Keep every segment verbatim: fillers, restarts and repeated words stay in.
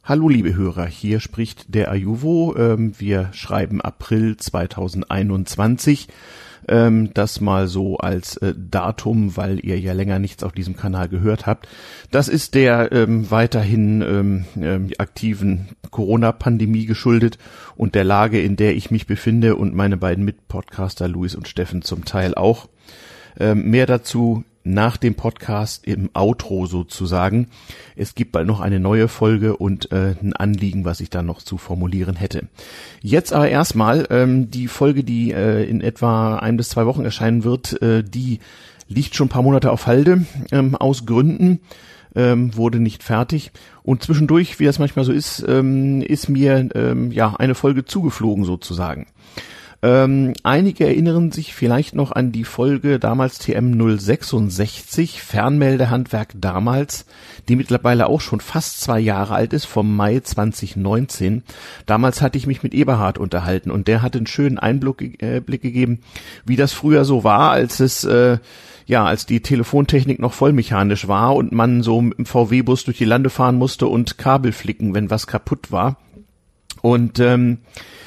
Hallo liebe Hörer, hier spricht der Ajuvo. Ähm, wir schreiben April zweitausendeinundzwanzig. Ähm, das mal so als äh, Datum, weil ihr ja länger nichts auf diesem Kanal gehört habt. Das ist der ähm, weiterhin ähm, ähm, aktiven Corona-Pandemie geschuldet und der Lage, in der ich mich befinde und meine beiden Mitpodcaster Luis und Steffen zum Teil auch. Ähm, mehr dazu nach dem Podcast im Outro sozusagen. Es gibt bald noch eine neue Folge und äh, ein Anliegen, was ich da noch zu formulieren hätte. Jetzt aber erstmal ähm, die Folge, die äh, in etwa ein bis zwei Wochen erscheinen wird, äh, die liegt schon ein paar Monate auf Halde, ähm, aus Gründen, ähm, wurde nicht fertig. Und zwischendurch, wie das manchmal so ist, ähm, ist mir ähm, ja eine Folge zugeflogen sozusagen. Ähm, einige erinnern sich vielleicht noch an die Folge damals T M null sechsundsechzig, Fernmeldehandwerk damals, die mittlerweile auch schon fast zwei Jahre alt ist, vom Mai zweitausendneunzehn. Damals hatte ich mich mit Eberhard unterhalten und der hat einen schönen Einblick äh, Blick gegeben, wie das früher so war, als es äh, ja, als die Telefontechnik noch vollmechanisch war und man so im V W-Bus durch die Lande fahren musste und Kabel flicken, wenn was kaputt war. Und ähm,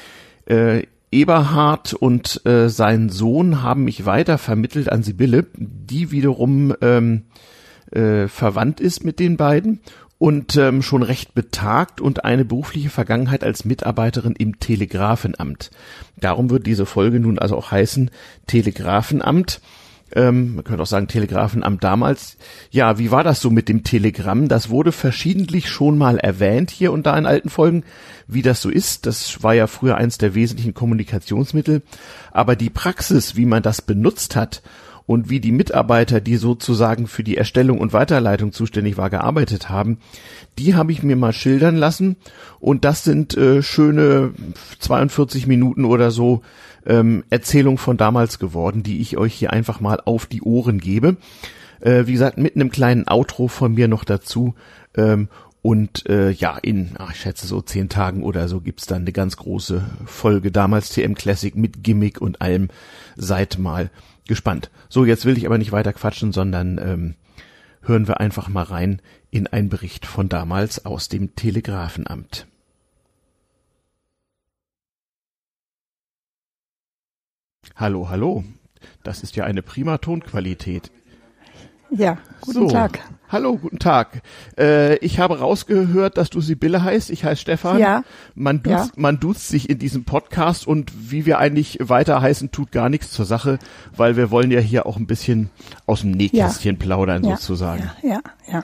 äh, Eberhard und äh, sein Sohn haben mich weiter vermittelt an Sibylle, die wiederum ähm, äh, verwandt ist mit den beiden und ähm, schon recht betagt und eine berufliche Vergangenheit als Mitarbeiterin im Telegrafenamt. Darum wird diese Folge nun also auch heißen Telegrafenamt. Ähm, man könnte auch sagen Telegrafenamt damals. Ja, wie war das so mit dem Telegramm? Das wurde verschiedentlich schon mal erwähnt hier und da in alten Folgen, wie das so ist. Das war ja früher eins der wesentlichen Kommunikationsmittel. Aber die Praxis, wie man das benutzt hat und wie die Mitarbeiter, die sozusagen für die Erstellung und Weiterleitung zuständig war, gearbeitet haben, die habe ich mir mal schildern lassen. Und das sind äh, schöne zweiundvierzig Minuten oder so Ähm, Erzählung von damals geworden, die ich euch hier einfach mal auf die Ohren gebe. Äh, wie gesagt, mit einem kleinen Outro von mir noch dazu. Ähm, und äh, ja, in, ach, ich schätze so zehn Tagen oder so gibt's dann eine ganz große Folge, damals T M Classic mit Gimmick und allem. Seid mal gespannt. So, jetzt will ich aber nicht weiter quatschen, sondern ähm, hören wir einfach mal rein in einen Bericht von damals aus dem Telegrafenamt. Hallo, hallo. Das ist ja eine prima Tonqualität. Ja, guten so, Tag. Hallo, guten Tag. Äh, ich habe rausgehört, dass du Sibylle heißt. Ich heiße Stefan. Ja. Man duzt, ja. man duzt sich in diesem Podcast und wie wir eigentlich weiter heißen, tut gar nichts zur Sache, weil wir wollen ja hier auch ein bisschen aus dem Nähkästchen ja. plaudern ja. sozusagen. Ja, ja, ja.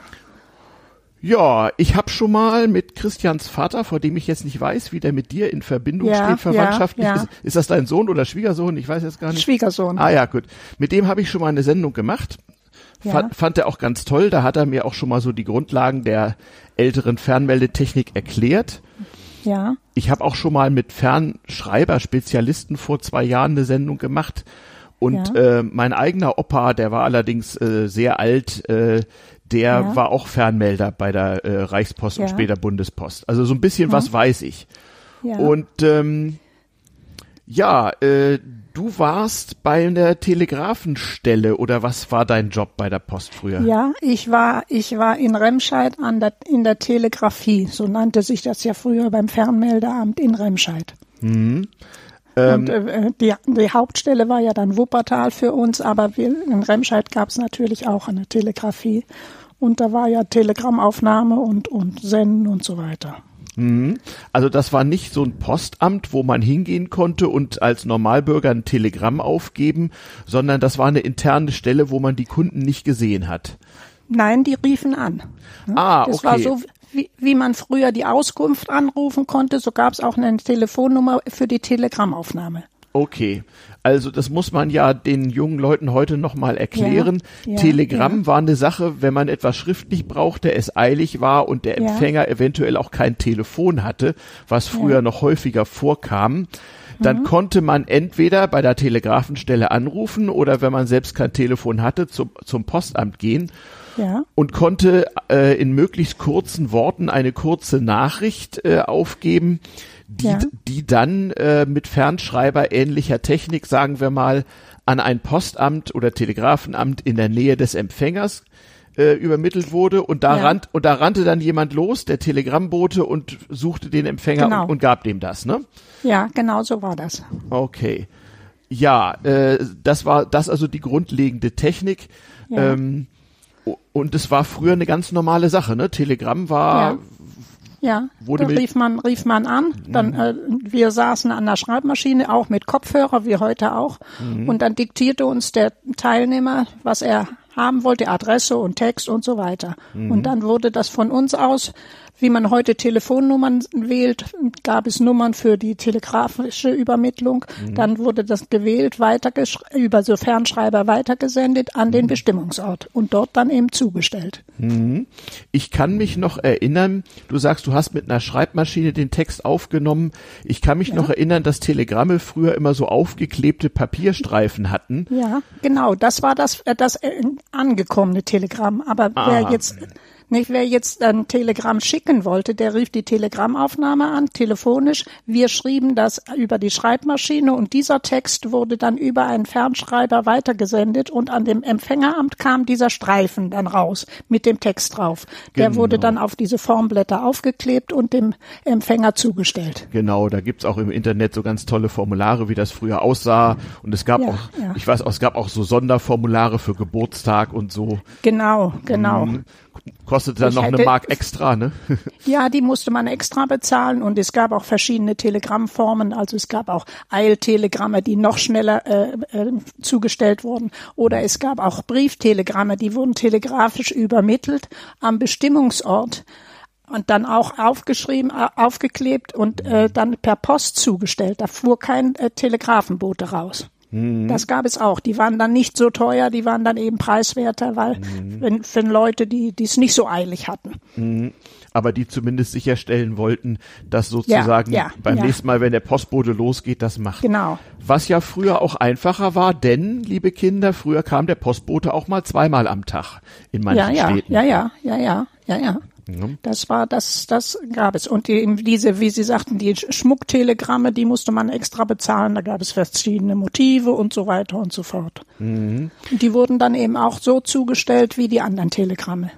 Ja, ich habe schon mal mit Christians Vater, vor dem ich jetzt nicht weiß, wie der mit dir in Verbindung ja, steht, verwandtschaftlich. Ja, ja. Ist, ist das dein Sohn oder Schwiegersohn? Ich weiß jetzt gar nicht. Schwiegersohn. Ah ja, gut. Mit dem habe ich schon mal eine Sendung gemacht. Ja. Fand, fand er auch ganz toll. Da hat er mir auch schon mal so die Grundlagen der älteren Fernmeldetechnik erklärt. Ja. Ich habe auch schon mal mit Fernschreiber-Spezialisten vor zwei Jahren eine Sendung gemacht. Und ja. äh, mein eigener Opa, der war allerdings äh, sehr alt, äh, der ja. war auch Fernmelder bei der äh, Reichspost ja. und später Bundespost. Also so ein bisschen ja. was weiß ich. Ja. Und ähm, ja, äh, du warst bei einer Telegrafenstelle oder was war dein Job bei der Post früher? Ja, ich war ich war in Remscheid an der, in der Telegrafie. So nannte sich das ja früher beim Fernmeldeamt in Remscheid. Mhm. Und äh, die, die Hauptstelle war ja dann Wuppertal für uns, aber wir, in Remscheid gab es natürlich auch eine Telegrafie. Und da war ja Telegrammaufnahme und, und Senden und so weiter. Also das war nicht so ein Postamt, wo man hingehen konnte und als Normalbürger ein Telegramm aufgeben, sondern das war eine interne Stelle, wo man die Kunden nicht gesehen hat. Nein, die riefen an. Ah, okay. Das war so, wie, wie man früher die Auskunft anrufen konnte, so gab es auch eine Telefonnummer für die Telegrammaufnahme. Okay, also das muss man ja den jungen Leuten heute nochmal erklären. Ja, ja, Telegramm ja. war eine Sache, wenn man etwas schriftlich brauchte, es eilig war und der Empfänger ja. eventuell auch kein Telefon hatte, was früher ja. noch häufiger vorkam. Dann mhm. konnte man entweder bei der Telegrafenstelle anrufen oder wenn man selbst kein Telefon hatte, zum, zum Postamt gehen. Ja. Und konnte äh, in möglichst kurzen Worten eine kurze Nachricht äh, aufgeben, die, ja. die dann äh, mit Fernschreiber ähnlicher Technik, sagen wir mal, an ein Postamt oder Telegrafenamt in der Nähe des Empfängers äh, übermittelt wurde und da Ja. rannt, und da rannte dann jemand los, der Telegrammbote, und suchte den Empfänger Genau. und, und gab dem das, ne? Ja, genau so war das. Okay. Ja, äh, das war das also die grundlegende Technik. Ja. Ähm, und es war früher eine ganz normale Sache, ne? Telegramm war, Ja. Ja, Wurde da mit- rief man, rief man an, dann, äh, wir saßen an der Schreibmaschine, auch mit Kopfhörer, wie heute auch, und dann diktierte uns der Teilnehmer, was er haben wollte, Adresse und Text und so weiter. Und dann wurde das von uns aus, wie man heute Telefonnummern wählt, gab es Nummern für die telegrafische Übermittlung. Dann wurde das gewählt, weitergesch- über so Fernschreiber weitergesendet an den Bestimmungsort und dort dann eben zugestellt. ich kann mich noch erinnern, du sagst, du hast mit einer Schreibmaschine den Text aufgenommen. Ich kann mich noch erinnern, dass Telegramme früher immer so aufgeklebte Papierstreifen hatten. Ja, genau, das war das, äh, das äh, angekommene Telegramm. Aber wer Ah. jetzt, nicht wer jetzt ein Telegramm schicken wollte, der rief die Telegrammaufnahme an, telefonisch. Wir schrieben das über die Schreibmaschine und dieser Text wurde dann über einen Fernschreiber weitergesendet und an dem Empfängeramt kam dieser Streifen dann raus mit dem Text drauf. Der Genau. wurde dann auf diese Formblätter aufgeklebt und dem Empfänger zugestellt. Genau, da gibt's auch im Internet so ganz tolle Formulare, wie das früher aussah. Und es gab Ja, auch, ja. ich weiß auch, es gab auch so Sonderformulare für Geburtstag und so. Genau, genau. Mhm. Kostete dann Ich noch eine hätte- Mark extra, ne? Ja, die musste man extra bezahlen und es gab auch verschiedene Telegrammformen. Also es gab auch Eiltelegramme, die noch schneller äh, äh, zugestellt wurden. Oder es gab auch Brieftelegramme, die wurden telegrafisch übermittelt am Bestimmungsort und dann auch aufgeschrieben, äh, aufgeklebt und äh, dann per Post zugestellt. Da fuhr kein äh, Telegrafenbote raus. Das gab es auch. Die waren dann nicht so teuer, die waren dann eben preiswerter, weil wenn, für Leute, die die es nicht so eilig hatten. Aber die zumindest sicherstellen wollten, dass sozusagen Ja, ja, beim ja. nächsten Mal, wenn der Postbote losgeht, das macht. Genau. Was ja früher auch einfacher war, denn, liebe Kinder, früher kam der Postbote auch mal zweimal am Tag in manchen Ja, ja, Städten. ja, ja, ja, ja, ja, ja. Das war, das, das gab es. Und die, diese, wie Sie sagten, die Schmucktelegramme, die musste man extra bezahlen. Da gab es verschiedene Motive und so weiter und so fort. Und die wurden dann eben auch so zugestellt wie die anderen Telegramme.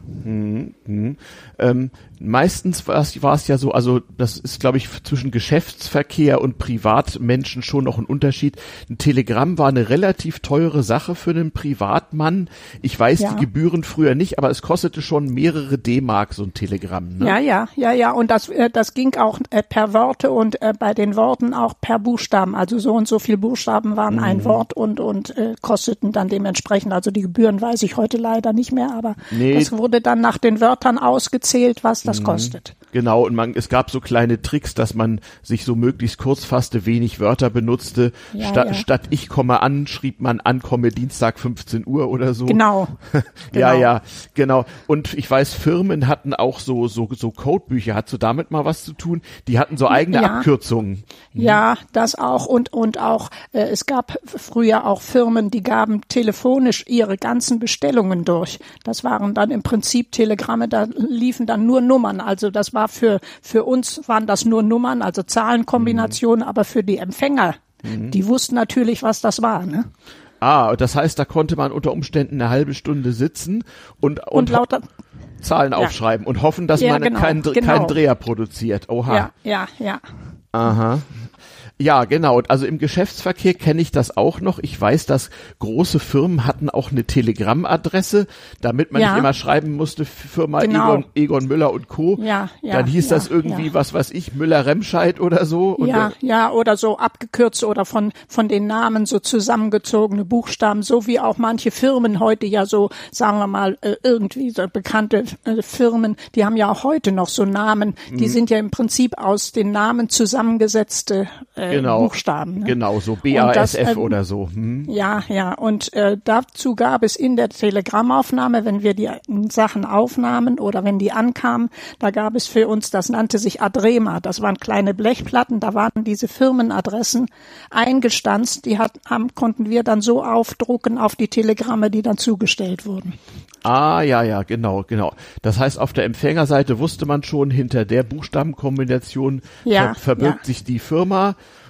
Ähm, meistens war es, war es ja so, also das ist, glaube ich, zwischen Geschäftsverkehr und Privatmenschen schon noch ein Unterschied. Ein Telegramm war eine relativ teure Sache für einen Privatmann. Ich weiß Ja. die Gebühren früher nicht, aber es kostete schon mehrere D-Mark, so ein Telegramm. Ne? Ja, ja, ja, ja. Und das, äh, das ging auch äh, per Worte und äh, bei den Worten auch per Buchstaben. Also so und so viel Buchstaben waren ein Wort und und äh, kosteten dann dementsprechend. Also die Gebühren weiß ich heute leider nicht mehr, aber Nee. das wurde dann nach den Wörtern ausgezählt, was das kostet. Genau, und man, es gab so kleine Tricks, dass man sich so möglichst kurz fasste, wenig Wörter benutzte. Ja, statt, ja. statt ich komme an, schrieb man ankomme Dienstag fünfzehn Uhr oder so. Genau. Ja, genau. ja, genau. Und ich weiß, Firmen hatten auch so, so, so Codebücher. Hast du damit mal was zu tun? Die hatten so eigene Ja. Abkürzungen. Ja, das auch und und auch äh, es gab früher auch Firmen, die gaben telefonisch ihre ganzen Bestellungen durch. Das waren dann im Prinzip Telegramme, da liefen dann nur Nummern. Also das war für für uns waren das nur Nummern, also Zahlenkombinationen, aber für die Empfänger, die wussten natürlich, was das war, ne? Ah, das heißt, da konnte man unter Umständen eine halbe Stunde sitzen und, und, Und lauter Zahlen ja. aufschreiben und hoffen, dass Ja, man genau, keinen, genau. keinen Dreher produziert. Oha. ja, ja, ja. Aha. Ja, genau. Also im Geschäftsverkehr kenne ich das auch noch. Ich weiß, dass große Firmen hatten auch eine Telegrammadresse, damit man Ja. nicht immer schreiben musste, Firma Genau. Egon, Egon Müller und Co. Ja, ja, Dann hieß ja, das irgendwie, ja. was weiß ich, Müller-Remscheid oder so. Und Ja, äh, ja, oder so abgekürzt oder von, von den Namen so zusammengezogene Buchstaben, so wie auch manche Firmen heute ja so, sagen wir mal, äh, irgendwie so bekannte äh, Firmen, die haben ja auch heute noch so Namen, die Mhm. sind ja im Prinzip aus den Namen zusammengesetzte äh, genau, Buchstaben. Ne? genau, so B A Und das, S F ähm, oder so. Hm. Ja, ja, und äh, dazu gab es in der Telegrammaufnahme, wenn wir die äh, Sachen aufnahmen oder wenn die ankamen, da gab es für uns, das nannte sich Adrema, das waren kleine Blechplatten, da waren diese Firmenadressen eingestanzt, die hat, haben, konnten wir dann so aufdrucken auf die Telegramme, die dann zugestellt wurden. Ah, ja, ja, genau, genau. Das heißt, auf der Empfängerseite wusste man schon, hinter der Buchstabenkombination Ja, ver verbirgt ja. sich die Firma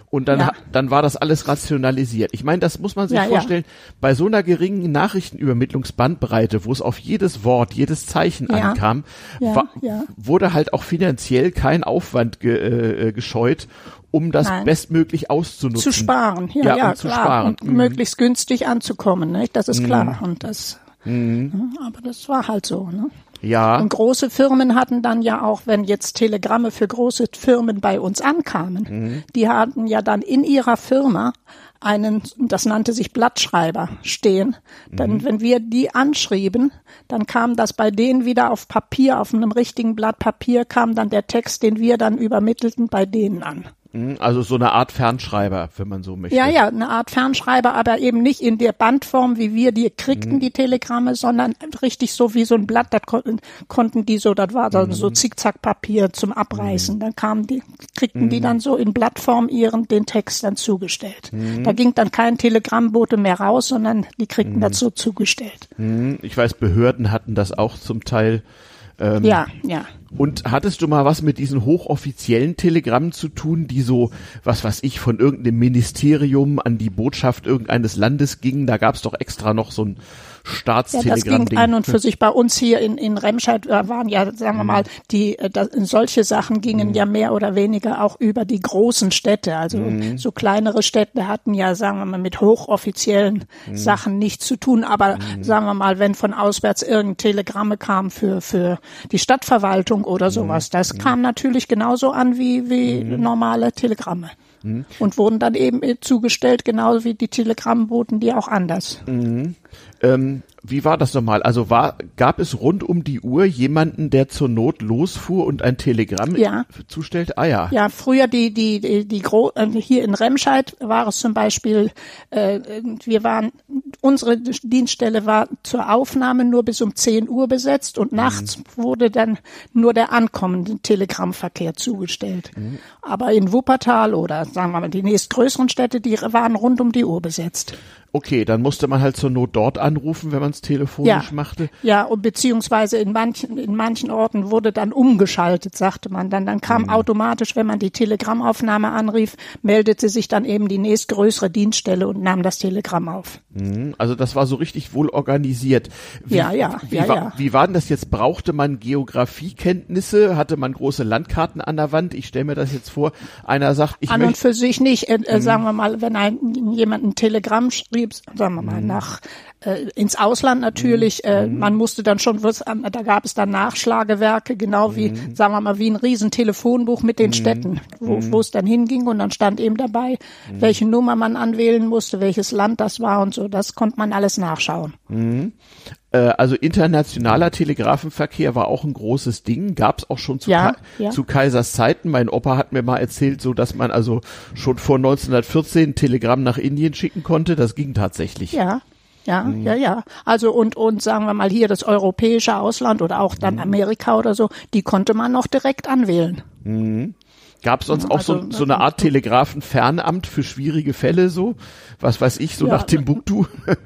Und dann, ja. dann war das alles rationalisiert. Ich meine, das muss man sich ja, vorstellen, ja. bei so einer geringen Nachrichtenübermittlungsbandbreite, wo es auf jedes Wort, jedes Zeichen ja. ankam, ja, war, ja. wurde halt auch finanziell kein Aufwand ge, äh, gescheut, um das Nein. bestmöglich auszunutzen. Zu sparen, ja, ja, ja um zu klar. sparen. Und mhm. möglichst günstig anzukommen, nicht? Das ist klar. Mhm. Und das, mhm. ja, aber das war halt so, ne? Ja. Und große Firmen hatten dann ja auch, wenn jetzt Telegramme für große Firmen bei uns ankamen, mhm. die hatten ja dann in ihrer Firma einen, das nannte sich Blattschreiber, stehen. Mhm. Denn wenn wir die anschrieben, dann kam das bei denen wieder auf Papier, auf einem richtigen Blatt Papier, kam dann der Text, den wir dann übermittelten, bei denen an. Also so eine Art Fernschreiber, wenn man so möchte. Ja, ja, eine Art Fernschreiber, aber eben nicht in der Bandform, wie wir die kriegten, mhm. die Telegramme, sondern richtig so wie so ein Blatt, das kon- konnten die so, das war mhm. so Zickzackpapier zum Abreißen. Mhm. Dann kamen die, kriegten mhm. die dann so in Blattform ihren, den Text dann zugestellt. Mhm. Da ging dann kein Telegrammbote mehr raus, sondern die kriegten mhm. das so zugestellt. Mhm. Ich weiß, Behörden hatten das auch zum Teil. Ähm, ja, ja. Und hattest du mal was mit diesen hochoffiziellen Telegrammen zu tun, die so, was weiß ich, von irgendeinem Ministerium an die Botschaft irgendeines Landes gingen? Da gab's doch extra noch so ein Staatstelegramm. Ja, das ging ein und für sich bei uns hier in, in Remscheid waren ja, sagen wir mal, die, das, solche Sachen gingen mhm. ja mehr oder weniger auch über die großen Städte. Also mhm. so kleinere Städte hatten ja, sagen wir mal, mit hochoffiziellen mhm. Sachen nichts zu tun. Aber mhm. sagen wir mal, wenn von auswärts irgendein Telegramme kam für, für die Stadtverwaltung oder sowas, das mhm. kam natürlich genauso an wie, wie mhm. normale Telegramme. Mhm. Und wurden dann eben zugestellt, genauso wie die Telegrammboten, die auch anders. Mhm. Ähm, wie war das nochmal? Also war, gab es rund um die Uhr jemanden, der zur Not losfuhr und ein Telegramm ja. zustellte? Ah ja. Ja, früher die die die, die Gro- hier in Remscheid war es zum Beispiel, äh, wir waren, unsere Dienststelle war zur Aufnahme nur bis um zehn Uhr besetzt und nachts mhm. wurde dann nur der ankommende Telegrammverkehr zugestellt. Mhm. Aber in Wuppertal oder sagen wir mal die nächstgrößeren Städte, die waren rund um die Uhr besetzt. Okay, dann musste man halt zur Not dort anrufen, wenn man es telefonisch ja. machte. Ja, und beziehungsweise in manchen, in manchen Orten wurde dann umgeschaltet, sagte man dann. Dann kam mhm. automatisch, wenn man die Telegrammaufnahme anrief, meldete sich dann eben die nächstgrößere Dienststelle und nahm das Telegramm auf. Mhm. Also das war so richtig wohl organisiert. Wie, ja, ja, wie, ja, war, ja. Wie war denn das jetzt? Brauchte man Geografiekenntnisse? Hatte man große Landkarten an der Wand? Ich stelle mir das jetzt vor, einer sagt, ich An möchte... und für sich nicht. Äh, äh, sagen wir mal, wenn ein, jemand ein Telegramm schrieb, sagen wir mal, nach äh, ins Ausland natürlich, äh, mhm. man musste dann schon, da gab es dann Nachschlagewerke, genau wie, mhm. sagen wir mal, wie ein riesen Telefonbuch mit den mhm. Städten, wo mhm. wo es dann hinging und dann stand eben dabei, mhm. welche Nummer man anwählen musste, welches Land das war und so, das konnte man alles nachschauen. Mhm. Also internationaler Telegrafenverkehr war auch ein großes Ding, gab es auch schon zu, ja, Ka- ja. zu Kaisers Zeiten. Mein Opa hat mir mal erzählt, so dass man also schon vor neunzehnhundertvierzehn ein Telegramm nach Indien schicken konnte. Das ging tatsächlich. Ja, ja, mhm. ja, ja. Also und und sagen wir mal hier das europäische Ausland oder auch dann mhm. Amerika oder so, die konnte man noch direkt anwählen. Mhm. Gab es sonst ja, auch also, so, so eine Art Telegrafenfernamt für schwierige Fälle, so was weiß ich, so ja, nach Timbuktu?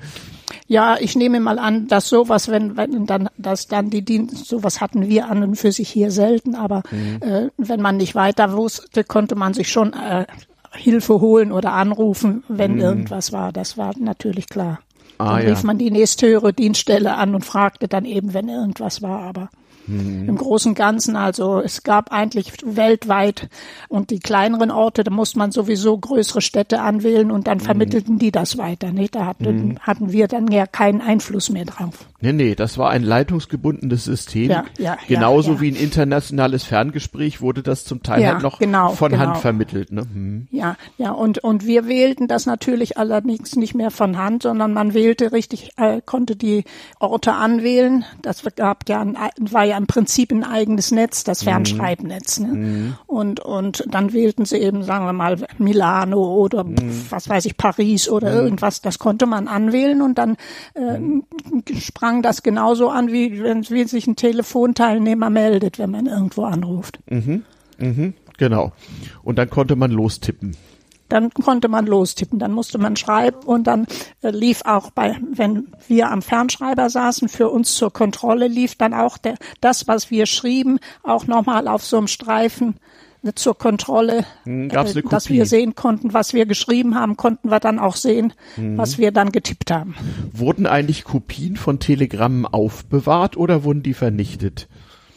Ja, ich nehme mal an, dass sowas, wenn, wenn dann, dass dann die Dienste, sowas hatten wir an und für sich hier selten, aber mhm. äh, wenn man nicht weiter wusste, konnte man sich schon äh, Hilfe holen oder anrufen, wenn mhm. irgendwas war. Das war natürlich klar. Ah, dann rief ja. man die nächsthöhere Dienststelle an und fragte dann eben, wenn irgendwas war, aber Mhm. im Großen und Ganzen, also es gab eigentlich weltweit und die kleineren Orte, da musste man sowieso größere Städte anwählen und dann mhm. vermittelten die das weiter, nicht? Da hatten, mhm. hatten wir dann ja keinen Einfluss mehr drauf. Nee, nee, das war ein leitungsgebundenes System. Ja, ja, Genauso ja, ja. wie ein internationales Ferngespräch wurde das zum Teil ja, halt noch genau, von genau. Hand vermittelt. Ne? Hm. Ja, ja, und und wir wählten das natürlich allerdings nicht mehr von Hand, sondern man wählte richtig, äh, konnte die Orte anwählen. Das gab ja ein, war ja im Prinzip ein eigenes Netz, das Fernschreibnetz. Ne? Mhm. Und und dann wählten sie eben, sagen wir mal, Milano oder mhm. was weiß ich, Paris oder mhm. irgendwas. Das konnte man anwählen und dann äh, mhm. sprang das genauso an, wie wenn wie sich ein Telefonteilnehmer meldet, wenn man irgendwo anruft. Mhm. Mhm. Genau. Und dann konnte man lostippen. Dann konnte man lostippen, dann musste man schreiben und dann äh, lief auch bei, wenn wir am Fernschreiber saßen, für uns zur Kontrolle lief dann auch der, das, was wir schrieben, auch nochmal auf so einem Streifen zur Kontrolle, hm, gab's eine Kopie? Dass wir sehen konnten, was wir geschrieben haben, konnten wir dann auch sehen, hm. was wir dann getippt haben. Wurden eigentlich Kopien von Telegrammen aufbewahrt oder wurden die vernichtet?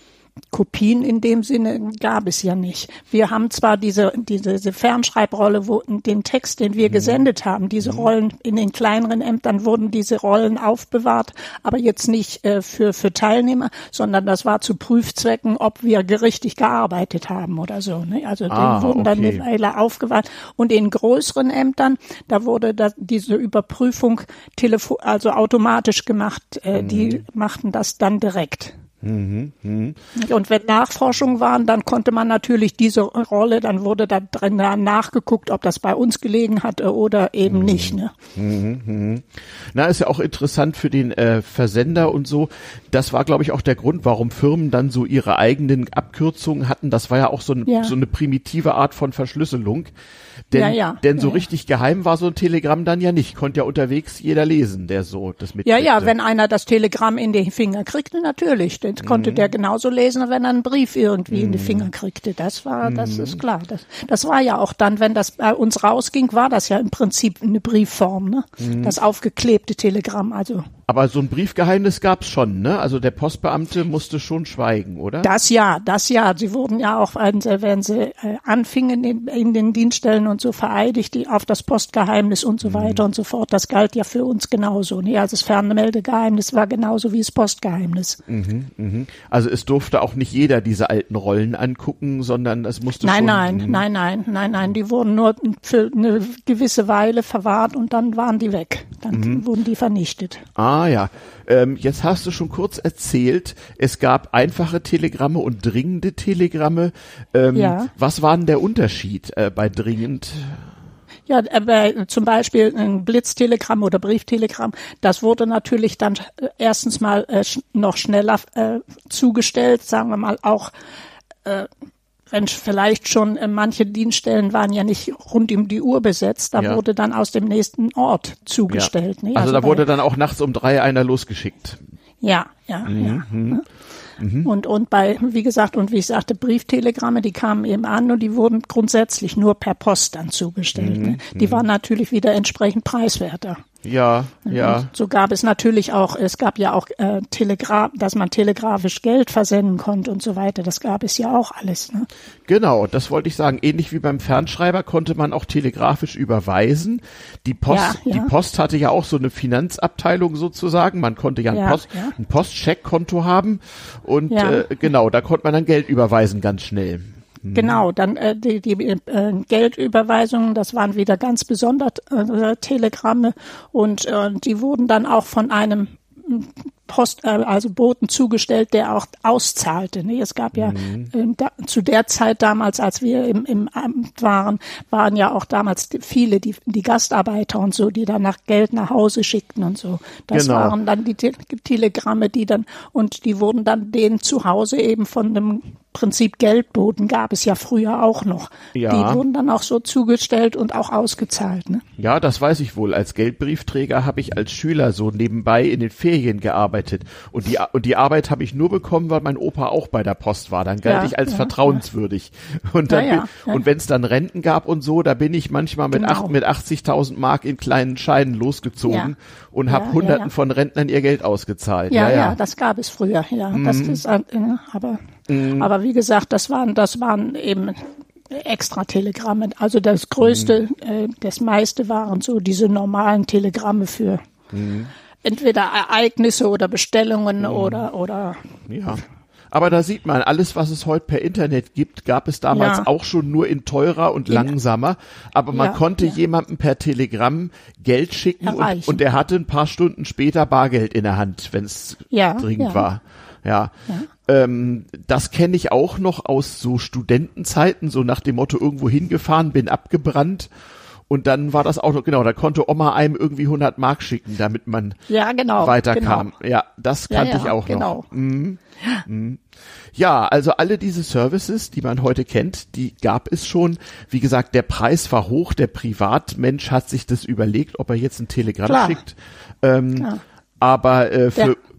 Kopien in dem Sinne gab es ja nicht. Wir haben zwar diese, diese, diese Fernschreibrolle, wo den Text, den wir mhm. gesendet haben, diese mhm. Rollen in den kleineren Ämtern wurden diese Rollen aufbewahrt, aber jetzt nicht äh, für, für Teilnehmer, sondern das war zu Prüfzwecken, ob wir richtig gearbeitet haben oder so. Ne? Also ah, die wurden okay. dann eine Weile aufgewahrt. Und in größeren Ämtern, da wurde da diese Überprüfung telefo- also automatisch gemacht. Äh, mhm. Die machten das dann direkt. Mhm, mh. Und wenn Nachforschungen waren, dann konnte man natürlich diese Rolle, dann wurde da drin nachgeguckt, ob das bei uns gelegen hat oder eben mhm. nicht. Ne? Mhm, mh. Na, ist ja auch interessant für den äh, Versender und so. Das war, glaube ich, auch der Grund, warum Firmen dann so ihre eigenen Abkürzungen hatten. Das war ja auch so, ein, ja. so eine primitive Art von Verschlüsselung. Denn, ja, ja. denn so ja, richtig ja. geheim war so ein Telegramm dann ja nicht. Konnte ja unterwegs jeder lesen, der so das mitkriegte. Ja, ja, wenn einer das Telegramm in die Finger kriegte, natürlich. Das mhm. konnte der genauso lesen, wenn er einen Brief irgendwie mhm. in die Finger kriegte. Das war, das mhm. ist klar. Das, das war ja auch dann, wenn das bei uns rausging, war das ja im Prinzip eine Briefform, ne? Mhm. Das aufgeklebte Telegramm, also. Aber so ein Briefgeheimnis gab's schon, ne? Also der Postbeamte musste schon schweigen, oder? Das ja, das ja. Sie wurden ja auch, wenn sie äh, anfingen in, in den Dienststellen und so vereidigt, die auf das Postgeheimnis und so weiter mhm. und so fort. Das galt ja für uns genauso. Ne? Also das Fernmeldegeheimnis war genauso wie das Postgeheimnis. Mhm, mhm. Also es durfte auch nicht jeder diese alten Rollen angucken, sondern es musste nein, schon... Nein, nein, nein, nein, nein, nein. Die wurden nur für eine gewisse Weile verwahrt und dann waren die weg. Dann mhm. wurden die vernichtet. Ah ja, ähm, jetzt hast du schon kurz erzählt, es gab einfache Telegramme und dringende Telegramme. Ähm, ja. Was war denn der Unterschied äh, bei dringend? Ja, aber zum Beispiel ein Blitztelegramm oder Brieftelegramm, das wurde natürlich dann erstens mal äh, noch schneller äh, zugestellt, sagen wir mal auch, äh, wenn vielleicht schon äh, manche Dienststellen waren ja nicht rund um die Uhr besetzt, da ja. wurde dann aus dem nächsten Ort zugestellt. Ja. Ne? Also, also da bei, wurde dann auch nachts um drei einer losgeschickt. Ja, ja, mhm. ja. Mhm. Mhm. Und, und bei, wie gesagt, und wie ich sagte, Brieftelegramme, die kamen eben an und die wurden grundsätzlich nur per Post dann zugestellt. Mhm. Ne? Die waren natürlich wieder entsprechend preiswerter. Ja, ja. Und so gab es natürlich auch, es gab ja auch äh, Telegraph, dass man telegrafisch Geld versenden konnte und so weiter. Das gab es ja auch alles. Ne? Genau, das wollte ich sagen. Ähnlich wie beim Fernschreiber konnte man auch telegrafisch überweisen. Die Post, ja, ja. die Post hatte ja auch so eine Finanzabteilung sozusagen. Man konnte ja ein, ja, Post, ja. ein Postcheckkonto haben und ja. äh, genau, da konnte man dann Geld überweisen ganz schnell. Genau, dann äh, die, die äh, Geldüberweisungen, das waren wieder ganz besondere äh, Telegramme und äh, die wurden dann auch von einem Post, äh, also Boten zugestellt, der auch auszahlte. Ne? Es gab ja mhm. äh, da, zu der Zeit damals, als wir im, im Amt waren, waren ja auch damals viele, die, die Gastarbeiter und so, die dann nach Geld nach Hause schickten und so. Das genau. waren dann die Te- Telegramme, die dann, und die wurden dann denen zu Hause eben von dem Prinzip Geldboten gab es ja früher auch noch. Ja. Die wurden dann auch so zugestellt und auch ausgezahlt. Ne? Ja, das weiß ich wohl. Als Geldbriefträger habe ich als Schüler so nebenbei in den Ferien gearbeitet. Und die, und die Arbeit habe ich nur bekommen, weil mein Opa auch bei der Post war. Dann galt ja, ich als ja, vertrauenswürdig. Und, dann ja, ja, bin, ja. und wenn es dann Renten gab und so, da bin ich manchmal mit, Genau. acht, mit achtzigtausend Mark in kleinen Scheinen losgezogen Ja. und habe Ja, Hunderten ja, ja. von Rentnern ihr Geld ausgezahlt. Ja, Ja, ja, ja. das gab es früher. Ja, Mhm. das ist, äh, aber, Mhm. aber wie gesagt, das waren, das waren eben extra Telegramme. Also das Größte, mhm. äh, das meiste waren so diese normalen Telegramme für Mhm. entweder Ereignisse oder Bestellungen mhm. oder, oder. Ja. Aber da sieht man, alles, was es heute per Internet gibt, gab es damals Ja. auch schon nur in teurer und In- langsamer. Aber man Ja, konnte ja. jemandem per Telegramm Geld schicken und, Erreichen. und er hatte ein paar Stunden später Bargeld in der Hand, wenn es Ja, dringend ja. war. Ja. Ja. Ähm, das kenne ich auch noch aus so Studentenzeiten, so nach dem Motto irgendwo hingefahren, bin abgebrannt. Und dann war das auch noch, genau, da konnte Oma einem irgendwie hundert Mark schicken, damit man Ja, genau. weiterkam. Genau. Ja, das Ja, kannte ja, ich auch genau. noch. Mhm. Mhm. Ja, also alle diese Services, die man heute kennt, die gab es schon. Wie gesagt, der Preis war hoch. Der Privatmensch hat sich das überlegt, ob er jetzt ein Telegramm Klar. schickt. Ähm, Klar. aber äh, für Der-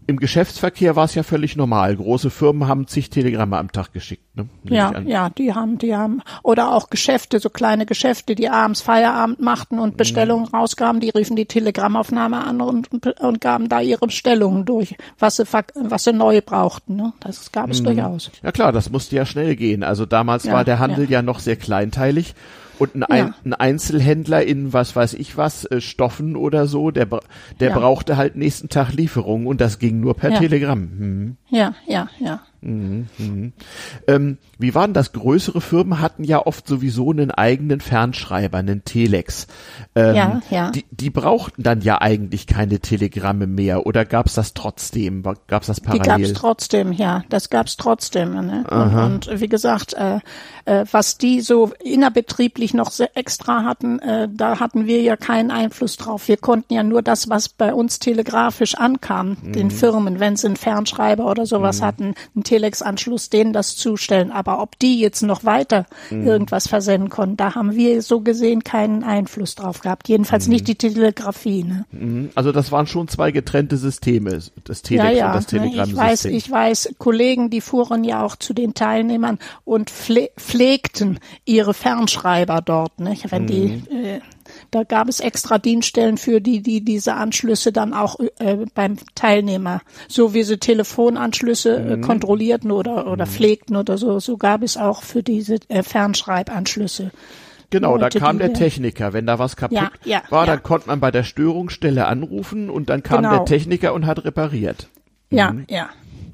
im Geschäftsverkehr war es ja völlig normal. Große Firmen haben zig Telegramme am Tag geschickt, ne? Ja, ja, die haben, die haben, oder auch Geschäfte, so kleine Geschäfte, die abends Feierabend machten und Bestellungen mhm. rausgaben, die riefen die Telegrammaufnahme an und, und, und gaben da ihre Bestellungen durch, was sie, was sie neu brauchten, ne? Das gab es mhm. durchaus. Ja klar, das musste ja schnell gehen. Also damals ja, war der Handel ja. ja noch sehr kleinteilig. Und ein, ja. ein Einzelhändler in was weiß ich was, äh, Stoffen oder so, der der ja. brauchte halt nächsten Tag Lieferungen und das ging nur per ja. Telegramm. Mhm. Ja, ja, ja. Mhm, mhm. Ähm, wie war denn das? Größere Firmen hatten ja oft sowieso einen eigenen Fernschreiber, einen Telex. Ähm, ja, ja. Die, die brauchten dann ja eigentlich keine Telegramme mehr oder gab's das trotzdem? Gab's das parallel? Die gab's trotzdem, ja. Das gab's trotzdem. Ne? Und, und wie gesagt, äh, äh, was die so innerbetrieblich noch so extra hatten, äh, da hatten wir ja keinen Einfluss drauf. Wir konnten ja nur das, was bei uns telegrafisch ankam, mhm. den Firmen, wenn sie einen Fernschreiber oder sowas mhm. hatten, einen Telex-Anschluss, denen das zustellen. Aber ob die jetzt noch weiter mhm. irgendwas versenden konnten, da haben wir so gesehen keinen Einfluss drauf gehabt. Jedenfalls mhm. nicht die Telegrafie. Ne? Mhm. Also das waren schon zwei getrennte Systeme, das Telex ja, ja, und das Telegrammsystem. Ich weiß, ich weiß, Kollegen, die fuhren ja auch zu den Teilnehmern und pfle- pflegten ihre Fernschreiber dort. Nicht? Wenn mhm. die äh, Da gab es extra Dienststellen für die, die diese Anschlüsse dann auch äh, beim Teilnehmer, so wie sie Telefonanschlüsse äh, mhm. kontrollierten oder oder mhm. pflegten oder so, so gab es auch für diese äh, Fernschreibanschlüsse. Genau, Leute, da kam der die, Techniker. Wenn da was kaputt ja, ja, war, ja. dann konnte man bei der Störungsstelle anrufen und dann kam genau. der Techniker und hat repariert. Ja, mhm. ja.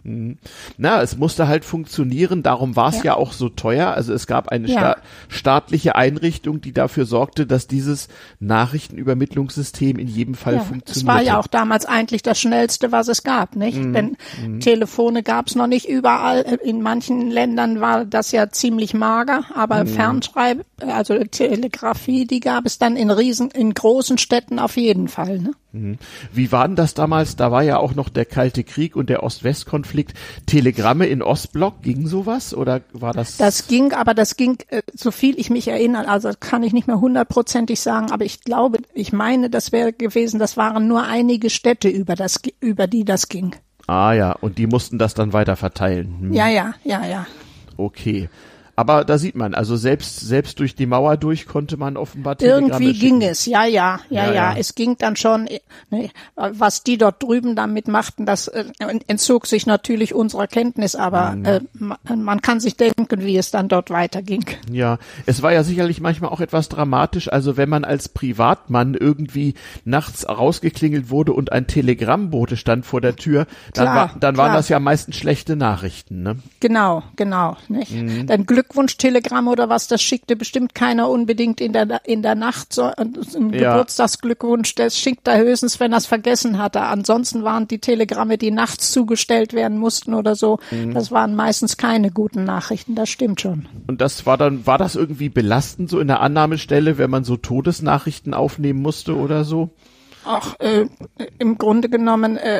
Na, es musste halt funktionieren, darum war es ja. ja auch so teuer. Also es gab eine ja. sta- staatliche Einrichtung, die dafür sorgte, dass dieses Nachrichtenübermittlungssystem in jedem Fall ja, funktionierte. Es war ja auch damals eigentlich das Schnellste, was es gab, nicht? Mhm. Denn mhm. Telefone gab es noch nicht überall. In manchen Ländern war das ja ziemlich mager, aber mhm. Fernschreib, also Telegrafie, die gab es dann in riesen, in großen Städten auf jeden Fall, ne? Wie war denn das damals? Da war ja auch noch der Kalte Krieg und der Ost-West-Konflikt. Telegramme in Ostblock, ging sowas oder war das? Das ging, aber das ging, äh, so viel ich mich erinnere, also kann ich nicht mehr hundertprozentig sagen, aber ich glaube, ich meine, das wäre gewesen, das waren nur einige Städte, über das, über die das ging. Ah ja, und die mussten das dann weiter verteilen. Hm. Ja, ja, ja, ja. Okay. Aber da sieht man, also selbst selbst durch die Mauer durch konnte man offenbar Telegramme Irgendwie schicken. ging es, ja, ja, ja, ja, ja. Es ging dann schon, ne, was die dort drüben damit machten, das äh, entzog sich natürlich unserer Kenntnis, aber mhm. äh, man, man kann sich denken, wie es dann dort weiterging. Ja, es war ja sicherlich manchmal auch etwas dramatisch, also wenn man als Privatmann irgendwie nachts rausgeklingelt wurde und ein Telegrammbote stand vor der Tür, dann, klar, war, dann klar. waren das ja meistens schlechte Nachrichten, ne? Genau, genau, nicht? Mhm. Dann Glückwunschtelegramm oder was, das schickte bestimmt keiner unbedingt in der in der Nacht, so ein ja. Geburtstagsglückwunsch, das schickt er höchstens, wenn er es vergessen hatte. Ansonsten waren die Telegramme, die nachts zugestellt werden mussten oder so, mhm. das waren meistens keine guten Nachrichten, das stimmt schon. Und das war dann, war das irgendwie belastend so in der Annahmestelle, wenn man so Todesnachrichten aufnehmen musste oder so? Ach, äh, im Grunde genommen äh,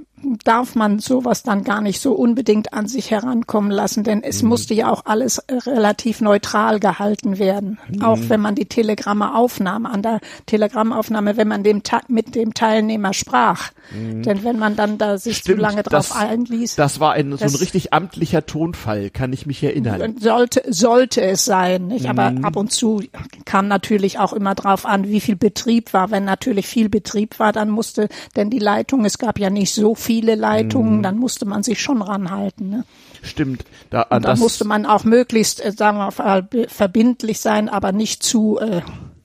darf man sowas dann gar nicht so unbedingt an sich herankommen lassen, denn es mhm. musste ja auch alles äh, relativ neutral gehalten werden. Mhm. Auch wenn man die Telegramme aufnahm, an der Telegrammaufnahme, wenn man dem mit dem Teilnehmer sprach. Mhm. Denn wenn man dann da sich Stimmt, zu lange drauf das, einließ. Das war ein, so ein richtig amtlicher Tonfall, kann ich mich erinnern. Sollte, sollte es sein, nicht? Aber mhm. ab und zu kam natürlich auch immer drauf an, wie viel Betrieb war. Wenn natürlich viel Betrieb war, dann musste, denn die Leitung, es gab ja nicht so viele Leitungen, mhm. dann musste man sich schon ranhalten. Ne? Stimmt. Da, Und da das musste man auch möglichst, äh, sagen wir mal, verbindlich sein, aber nicht zu, äh,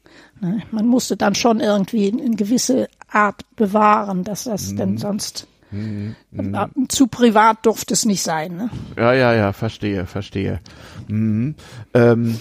ne? Man musste dann schon irgendwie eine gewisse Art bewahren, dass das mhm. denn sonst mhm. äh, zu privat durfte es nicht sein. Ne? Ja, ja, ja, verstehe, verstehe. Mhm. Ähm.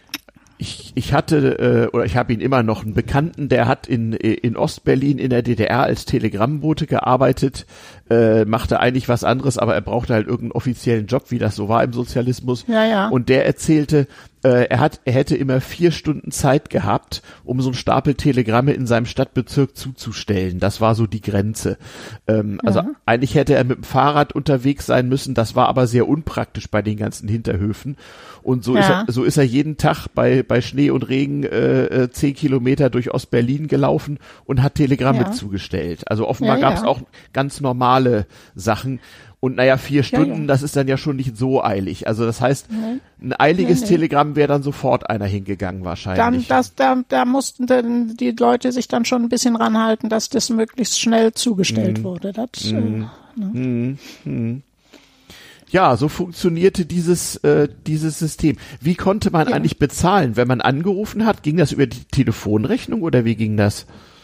Ich, ich hatte, äh, oder ich habe ihn immer noch, einen Bekannten, der hat in, in Ostberlin in der D D R als Telegrammbote gearbeitet, äh, machte eigentlich was anderes, aber er brauchte halt irgendeinen offiziellen Job, wie das so war im Sozialismus. Ja, ja. Und der erzählte, äh, er hat, er hätte immer vier Stunden Zeit gehabt, um so ein Stapel Telegramme in seinem Stadtbezirk zuzustellen. Das war so die Grenze. Ähm, also Ja. eigentlich hätte er mit dem Fahrrad unterwegs sein müssen. Das war aber sehr unpraktisch bei den ganzen Hinterhöfen. Und so Ja. ist er, so ist er jeden Tag bei, bei Schnee und Regen äh, äh, zehn Kilometer durch Ostberlin gelaufen und hat Telegramme Ja. zugestellt. Also offenbar Ja, gab es ja. auch ganz normale Sachen. Und naja, vier Stunden, Ja, ja. das ist dann ja schon nicht so eilig. Also das heißt, Nee. ein eiliges Nee, nee. Telegramm wäre dann sofort einer hingegangen Dann, wahrscheinlich. das, da, da mussten dann die Leute sich dann schon ein bisschen ranhalten, dass das möglichst schnell zugestellt Mhm. wurde. Das, äh, ne? Ja, so funktionierte dieses äh, dieses System. Wie konnte man Ja. eigentlich bezahlen, wenn man angerufen hat? Ging das über die Telefonrechnung oder wie ging das?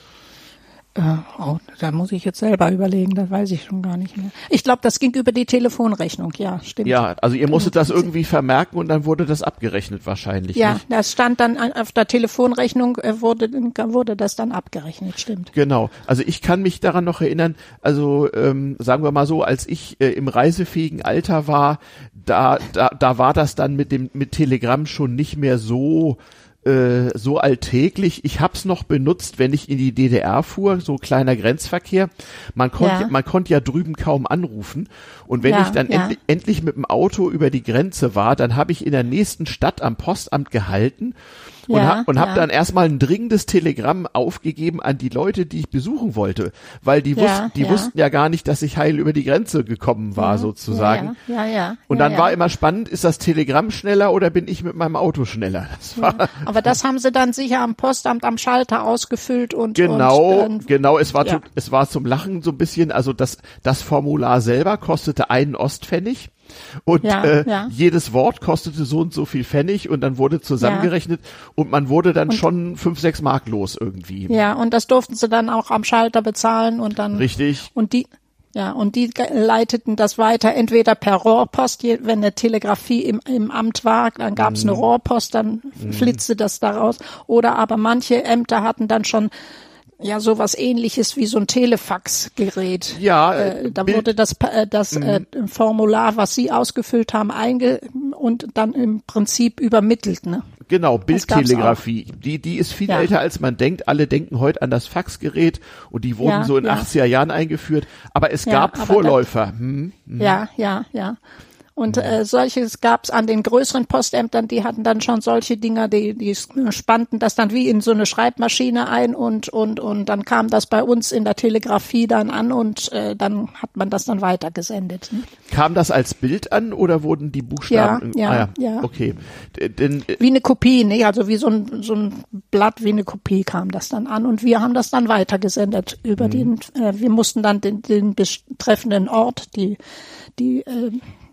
Äh, oh, da muss ich jetzt selber überlegen, das weiß ich schon gar nicht mehr. Ich glaube, das ging über die Telefonrechnung, ja, stimmt. Ja, also ihr musstet das irgendwie vermerken und dann wurde das abgerechnet wahrscheinlich. Ja, Nicht? das stand dann an- auf der Telefonrechnung, äh, wurde, wurde das dann abgerechnet, stimmt. Genau. Also ich kann mich daran noch erinnern, also ähm, sagen wir mal so, als ich äh, im reisefähigen Alter war, da, da, da war das dann mit dem mit Telegramm schon nicht mehr so äh, so alltäglich. Ich hab's noch benutzt, wenn ich in die D D R fuhr, so kleiner Grenzverkehr. Man konnte Ja. man konnte ja drüben kaum anrufen. Und wenn Ja, ich dann ja. endlich, endlich mit dem Auto über die Grenze war, dann habe ich in der nächsten Stadt am Postamt gehalten und, Ja, ha und habe ja. dann erstmal ein dringendes Telegramm aufgegeben an die Leute, die ich besuchen wollte, weil die, Ja, wussten, die ja. wussten ja gar nicht, dass ich heil über die Grenze gekommen war, sozusagen. Ja, ja, ja. Und ja, dann ja. war immer spannend, ist das Telegramm schneller oder bin ich mit meinem Auto schneller? Das war Aber das haben sie dann sicher am Postamt am Schalter ausgefüllt und genau, und, dann, genau. Es war, ja. zu, es war zum Lachen so ein bisschen. Also das, das Formular selber kostete einen Ostpfennig. Und Ja, äh, ja. jedes Wort kostete so und so viel Pfennig und dann wurde zusammengerechnet und man wurde dann schon fünf, sechs Mark los irgendwie. Ja, und das durften sie dann auch am Schalter bezahlen und dann Richtig. und die ja, und die ge- leiteten das weiter entweder per Rohrpost, je- wenn eine Telegrafie im, im Amt war, dann gab es Mhm. eine Rohrpost, dann flitzte das daraus. Oder aber manche Ämter hatten dann schon ja sowas Ähnliches wie so ein Telefaxgerät. Ja, Äh, da Bild- wurde das, Pa- äh, das äh, Formular, was sie ausgefüllt haben, einge und dann im Prinzip übermittelt. Ne? Genau, Das gab's Bildtelegrafie. Die, die ist viel Ja. älter als man denkt. Alle denken heute an das Faxgerät und die wurden Ja, so in ja. achtziger Jahren eingeführt. Aber es Ja, gab aber Vorläufer. Hm? Ja, ja, ja. Und äh, solches gab's an den größeren Postämtern, die hatten dann schon solche Dinger, die, die spannten das dann wie in so eine Schreibmaschine ein und und und dann kam das bei uns in der Telegrafie dann an und äh, dann hat man das dann weitergesendet. Ne? Kam das als Bild an oder wurden die Buchstaben? Ja, ja, ah, ja. Okay. D- Denn äh, Wie eine Kopie, ne? Also wie so ein so ein Blatt wie eine Kopie kam das dann an und wir haben das dann weitergesendet über den. Äh, wir mussten dann den, den betreffenden Ort, die die äh,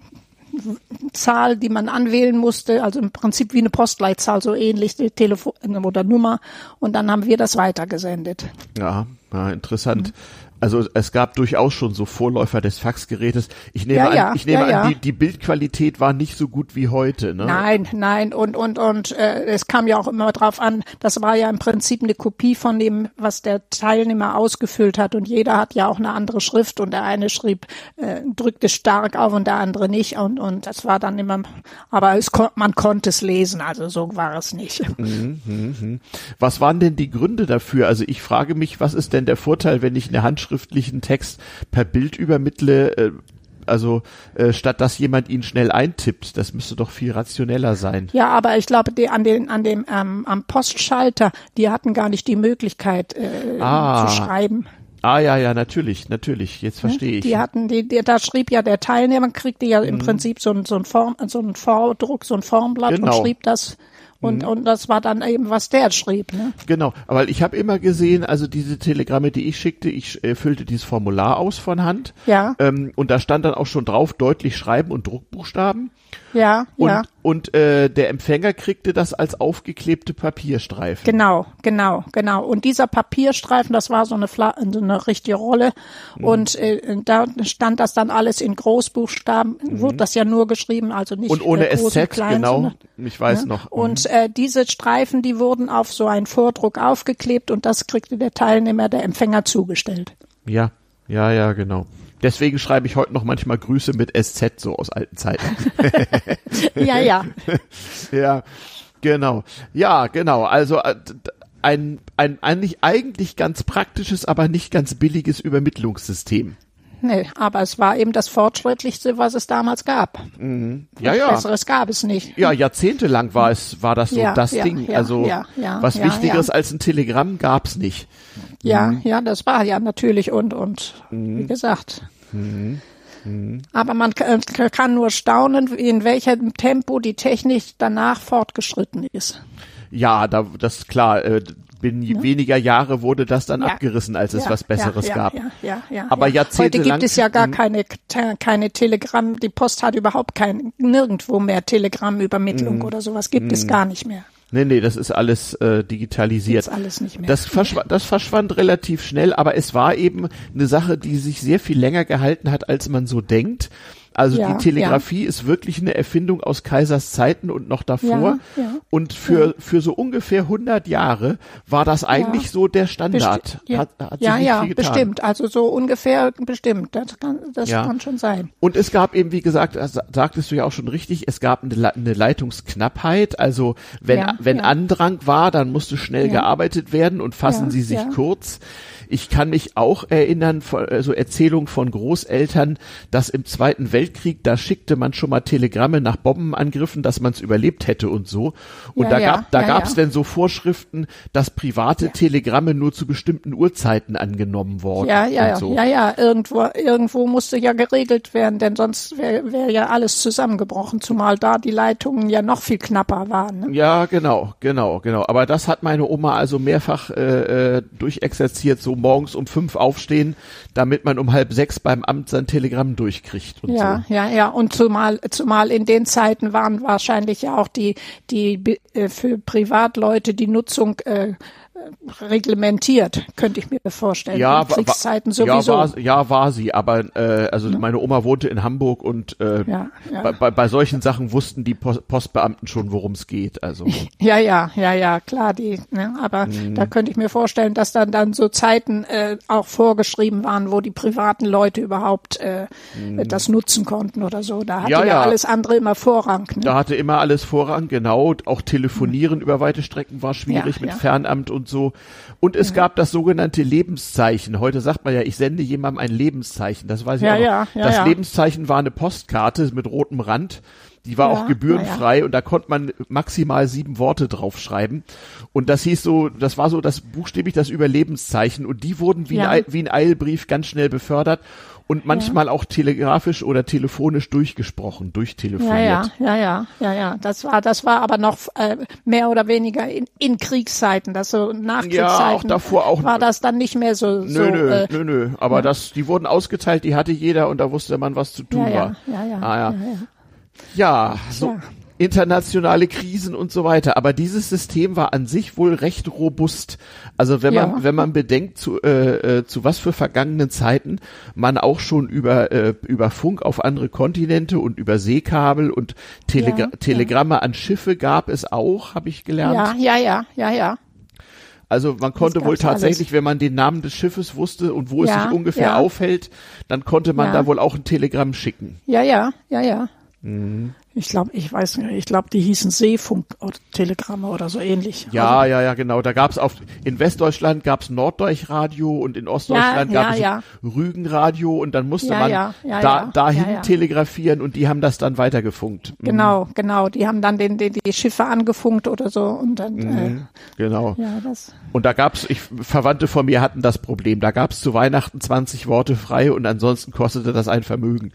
Zahl, die man anwählen musste, also im Prinzip wie eine Postleitzahl, so ähnlich, die Telefon oder Nummer, und dann haben wir das weitergesendet. ja, ja, interessant. Also es gab durchaus schon so Vorläufer des Faxgerätes. Ich nehme Ja, an, ja, ich nehme ja, ja. an, die, die Bildqualität war nicht so gut wie heute, ne? Nein, nein, und und und äh, es kam ja auch immer drauf an, das war ja im Prinzip eine Kopie von dem, was der Teilnehmer ausgefüllt hat, und jeder hat ja auch eine andere Schrift, und der eine schrieb, äh, drückte stark auf und der andere nicht, und und das war dann immer, aber es kon man konnte es lesen, also so war es nicht. Was waren denn die Gründe dafür? Also ich frage mich, was ist denn der Vorteil, wenn ich einen handschriftlichen Text per Bild übermittle, äh, also äh, statt dass jemand ihn schnell eintippt? Das müsste doch viel rationeller sein. Ja, aber ich glaube, die an den an dem ähm, am Postschalter, die hatten gar nicht die Möglichkeit äh, Ah. zu schreiben. Ah ja, ja, natürlich, natürlich. Jetzt verstehe ich. Die hatten, die, die, da schrieb ja der Teilnehmer, kriegte ja im Prinzip so ein, so ein Form, so ein Vordruck, so ein Formblatt Genau. und schrieb das. Und, und das war dann eben, was der schrieb, ne? Genau, aber ich habe immer gesehen, also diese Telegramme, die ich schickte, ich äh, füllte dieses Formular aus von Hand. Ja. Ähm, und da stand dann auch schon drauf, deutlich schreiben und Druckbuchstaben. Ja, Und, ja. und äh, der Empfänger kriegte das als aufgeklebte Papierstreifen. Genau, genau, genau. Und dieser Papierstreifen, das war so eine, Fla so eine richtige Rolle. Und äh, da stand das dann alles in Großbuchstaben. Wurde das ja nur geschrieben, also nicht Und ohne äh, groß S Z, und klein, genau. sondern- Ich weiß Ja. noch. Und äh, diese Streifen, die wurden auf so einen Vordruck aufgeklebt, und das kriegte der Teilnehmer, der Empfänger, zugestellt. Ja, ja, ja, genau. Deswegen schreibe ich heute noch manchmal Grüße mit S Z, so aus alten Zeiten. Ja, ja. Ja, genau. Ja, genau. Also ein, ein eigentlich, eigentlich ganz praktisches, aber nicht ganz billiges Übermittlungssystem. Nee, aber es war eben das Fortschrittlichste, was es damals gab. Mhm. Ja, ja. Besseres gab es nicht. Ja, jahrzehntelang war es, war das so ja, das ja, Ding. Ja, also ja, ja, was ja, Wichtigeres ja. als ein Telegramm gab's nicht. Ja, mhm. ja, das war ja natürlich und und mhm. wie gesagt. Mhm. Mhm. Aber man kann nur staunen, in welchem Tempo die Technik danach fortgeschritten ist. Ja, da, das ist klar. Äh, binnen ja. weniger Jahre wurde das dann ja. abgerissen, als es ja, was Besseres ja, gab. Ja, ja, ja, Aber ja. jahrzehntelang. Heute gibt es ja gar keine, keine Telegramm, die Post hat überhaupt kein, nirgendwo mehr Telegrammübermittlung mhm. oder sowas gibt mhm. es gar nicht mehr. Nee, nee, das ist alles äh, digitalisiert. Das ist alles nicht mehr. Das, verschw- das verschwand relativ schnell, aber es war eben eine Sache, die sich sehr viel länger gehalten hat, als man so denkt. Also ja, die Telegrafie ja. ist wirklich eine Erfindung aus Kaisers Zeiten und noch davor. Ja, ja, und für ja. für so ungefähr hundert Jahre war das eigentlich ja. so der Standard. Besti- ja, hat, hat ja, sich ja viel getan. bestimmt. Also so ungefähr bestimmt. Das kann, das ja. kann schon sein. Und es gab eben, wie gesagt, das sagtest du ja auch schon richtig, es gab eine, Le- eine Leitungsknappheit. Also wenn Ja, wenn ja. Andrang war, dann musste schnell Ja. gearbeitet werden und fassen Ja, Sie sich ja. kurz. Ich kann mich auch erinnern, von, so Erzählungen von Großeltern, dass im Zweiten Weltkrieg, da schickte man schon mal Telegramme nach Bombenangriffen, dass man es überlebt hätte und so. Und Ja, da ja, gab da ja, gab's ja. denn so Vorschriften, dass private Ja. Telegramme nur zu bestimmten Uhrzeiten angenommen wurden. Ja, ja, und ja, so. ja, ja, irgendwo, irgendwo musste ja geregelt werden, denn sonst wäre wär ja alles zusammengebrochen, zumal da die Leitungen ja noch viel knapper waren. Ne? Ja, genau, genau, genau. Aber das hat meine Oma also mehrfach äh, äh, durchexerziert, so morgens um fünf aufstehen, damit man um halb sechs beim Amt sein Telegramm durchkriegt und Ja, so. ja, ja. Und zumal, zumal in den Zeiten waren wahrscheinlich ja auch die, die äh, für Privatleute die Nutzung äh, reglementiert, könnte ich mir vorstellen. Ja, in Kriegszeiten wa- sowieso. Ja, war, ja, war sie, aber äh, also ja. meine Oma wohnte in Hamburg und äh, Ja, ja. Bei, bei, bei solchen Sachen wussten die Post- Postbeamten schon, worum es geht. Also Ja, ja, ja, ja, klar, die, ne, aber Mhm. da könnte ich mir vorstellen, dass dann dann so Zeiten äh, auch vorgeschrieben waren, wo die privaten Leute überhaupt äh, das nutzen konnten oder so. Da hatte Ja, ja, ja. alles andere immer Vorrang. Ne? da hatte immer alles Vorrang, genau. Auch telefonieren über weite Strecken war schwierig Ja, mit ja. Fernamt und so. Und es gab das sogenannte Lebenszeichen. Heute sagt man ja, ich sende jemandem ein Lebenszeichen. Das weiß ich Ja, auch noch. ja, ja, das ja. Lebenszeichen war eine Postkarte mit rotem Rand. Die war Ja, auch gebührenfrei und da konnte man maximal sieben Worte draufschreiben. Und das hieß so, das war so das buchstäblich das Überlebenszeichen. Und die wurden wie, Ja. ein, Eil- wie ein Eilbrief ganz schnell befördert und manchmal auch telegrafisch oder telefonisch durchgesprochen, Ja, durchtelefoniert. ja, ja, ja, ja, ja. Das war, das war aber noch äh, mehr oder weniger in, in Kriegszeiten, das so Nachkriegszeiten. Ja, auch davor auch. War das dann nicht mehr so. Nö, so, nö, äh, nö, nö. Aber ja. das, die wurden ausgeteilt, die hatte jeder und da wusste man, was zu tun ja, ja, war. ja, ja, Ah, ja. ja, ja. Ja, so Ja. internationale Krisen und so weiter. Aber dieses System war an sich wohl recht robust. Also wenn Ja. man wenn man bedenkt, zu äh, äh, zu was für vergangenen Zeiten man auch schon über äh, über Funk auf andere Kontinente und über Seekabel und Telegra- Ja, ja. Telegramme an Schiffe gab es auch, habe ich gelernt. Ja, ja, ja, ja, ja. Also man konnte wohl gab's tatsächlich, alles. wenn man den Namen des Schiffes wusste und wo es Ja, sich ungefähr ja. aufhält, dann konnte man Ja. da wohl auch ein Telegramm schicken. Ja, ja, ja, ja. Mhm. Ich glaube, ich weiß nicht, ich glaube, die hießen Seefunk oder Telegramme oder so ähnlich. Ja, Also, ja, ja, genau. Da gab's auf in Westdeutschland gab's Norddeutsradio und in Ostdeutschland Ja, gab es ja, Rügenradio und dann musste Ja, man ja, ja, da ja, dahin ja, ja. telegrafieren und die haben das dann weitergefunkt. Mhm. Genau, genau. Die haben dann den, den, die Schiffe angefunkt oder so und dann, Mhm. Genau. äh, ja, das. Und da gab's, ich, Verwandte von mir hatten das Problem. Da gab's zu Weihnachten zwanzig Worte frei und ansonsten kostete das ein Vermögen.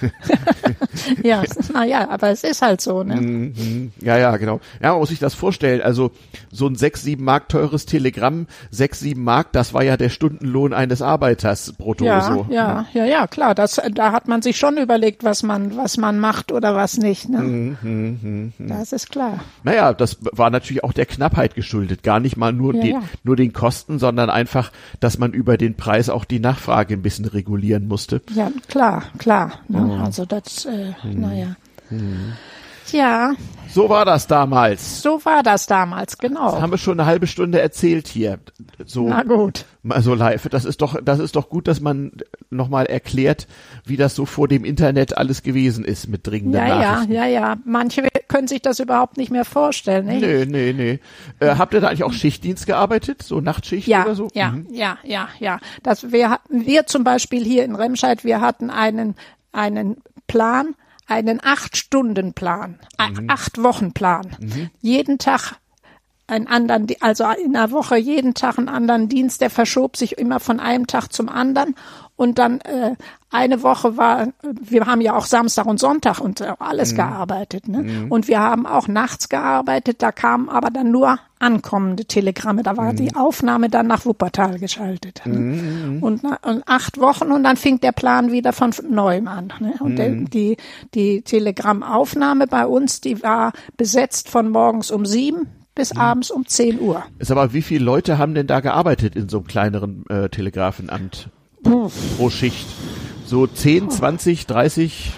Ja, naja, aber es ist halt so, ne? Mhm. Ja, ja, genau. Ja, man muss sich das vorstellen. Also so ein sechs, sieben Mark teures Telegramm, sechs, sieben Mark, das war ja der Stundenlohn eines Arbeiters brutto. Ja, so. ja, ja, ja, klar. Das, da hat man sich schon überlegt, was man, was man macht oder was nicht, ne? Mhm. Das ist klar. Naja, das war natürlich auch der Knappheit geschuldet. Gar nicht mal nur, Ja, den, ja. nur den Kosten, sondern einfach, dass man über den Preis auch die Nachfrage ein bisschen regulieren musste. Ja, klar, klar. Ne? Also das, äh, naja. Ja. So war das damals. So war das damals, genau. Das haben wir schon eine halbe Stunde erzählt hier. So, na gut. Mal so live. Das ist doch, das ist doch gut, dass man nochmal erklärt, wie das so vor dem Internet alles gewesen ist mit dringenden ja, Nachrichten. Ja, ja, ja. Manche können sich das überhaupt nicht mehr vorstellen. Ne? Nee, nee, nee. Äh, habt ihr da eigentlich auch Schichtdienst gearbeitet? So Nachtschicht ja, oder so? Ja, mhm. ja, ja, ja. Das, wir hatten, wir zum Beispiel hier in Remscheid, wir hatten einen, einen Plan, einen Acht-Stunden-Plan, mhm. Acht-Wochen-Plan. Mhm. Jeden Tag einen anderen, also in der Woche jeden Tag einen anderen Dienst, der verschob sich immer von einem Tag zum anderen. Und dann äh, eine Woche war, wir haben ja auch Samstag und Sonntag und äh, alles mhm. gearbeitet. Ne? Mhm. Und wir haben auch nachts gearbeitet, da kamen aber dann nur ankommende Telegramme. Da war mhm. die Aufnahme dann nach Wuppertal geschaltet. Ne? Mhm. Und, und acht Wochen und dann fing der Plan wieder von neuem an. Ne? Und mhm. der, die, die Telegrammaufnahme bei uns, die war besetzt von morgens um sieben bis mhm. abends um zehn Uhr. Ist aber, wie viele Leute haben denn da gearbeitet in so einem kleineren äh, Telegrafenamt? Puh. Pro Schicht. So zehn, zwanzig, dreißig?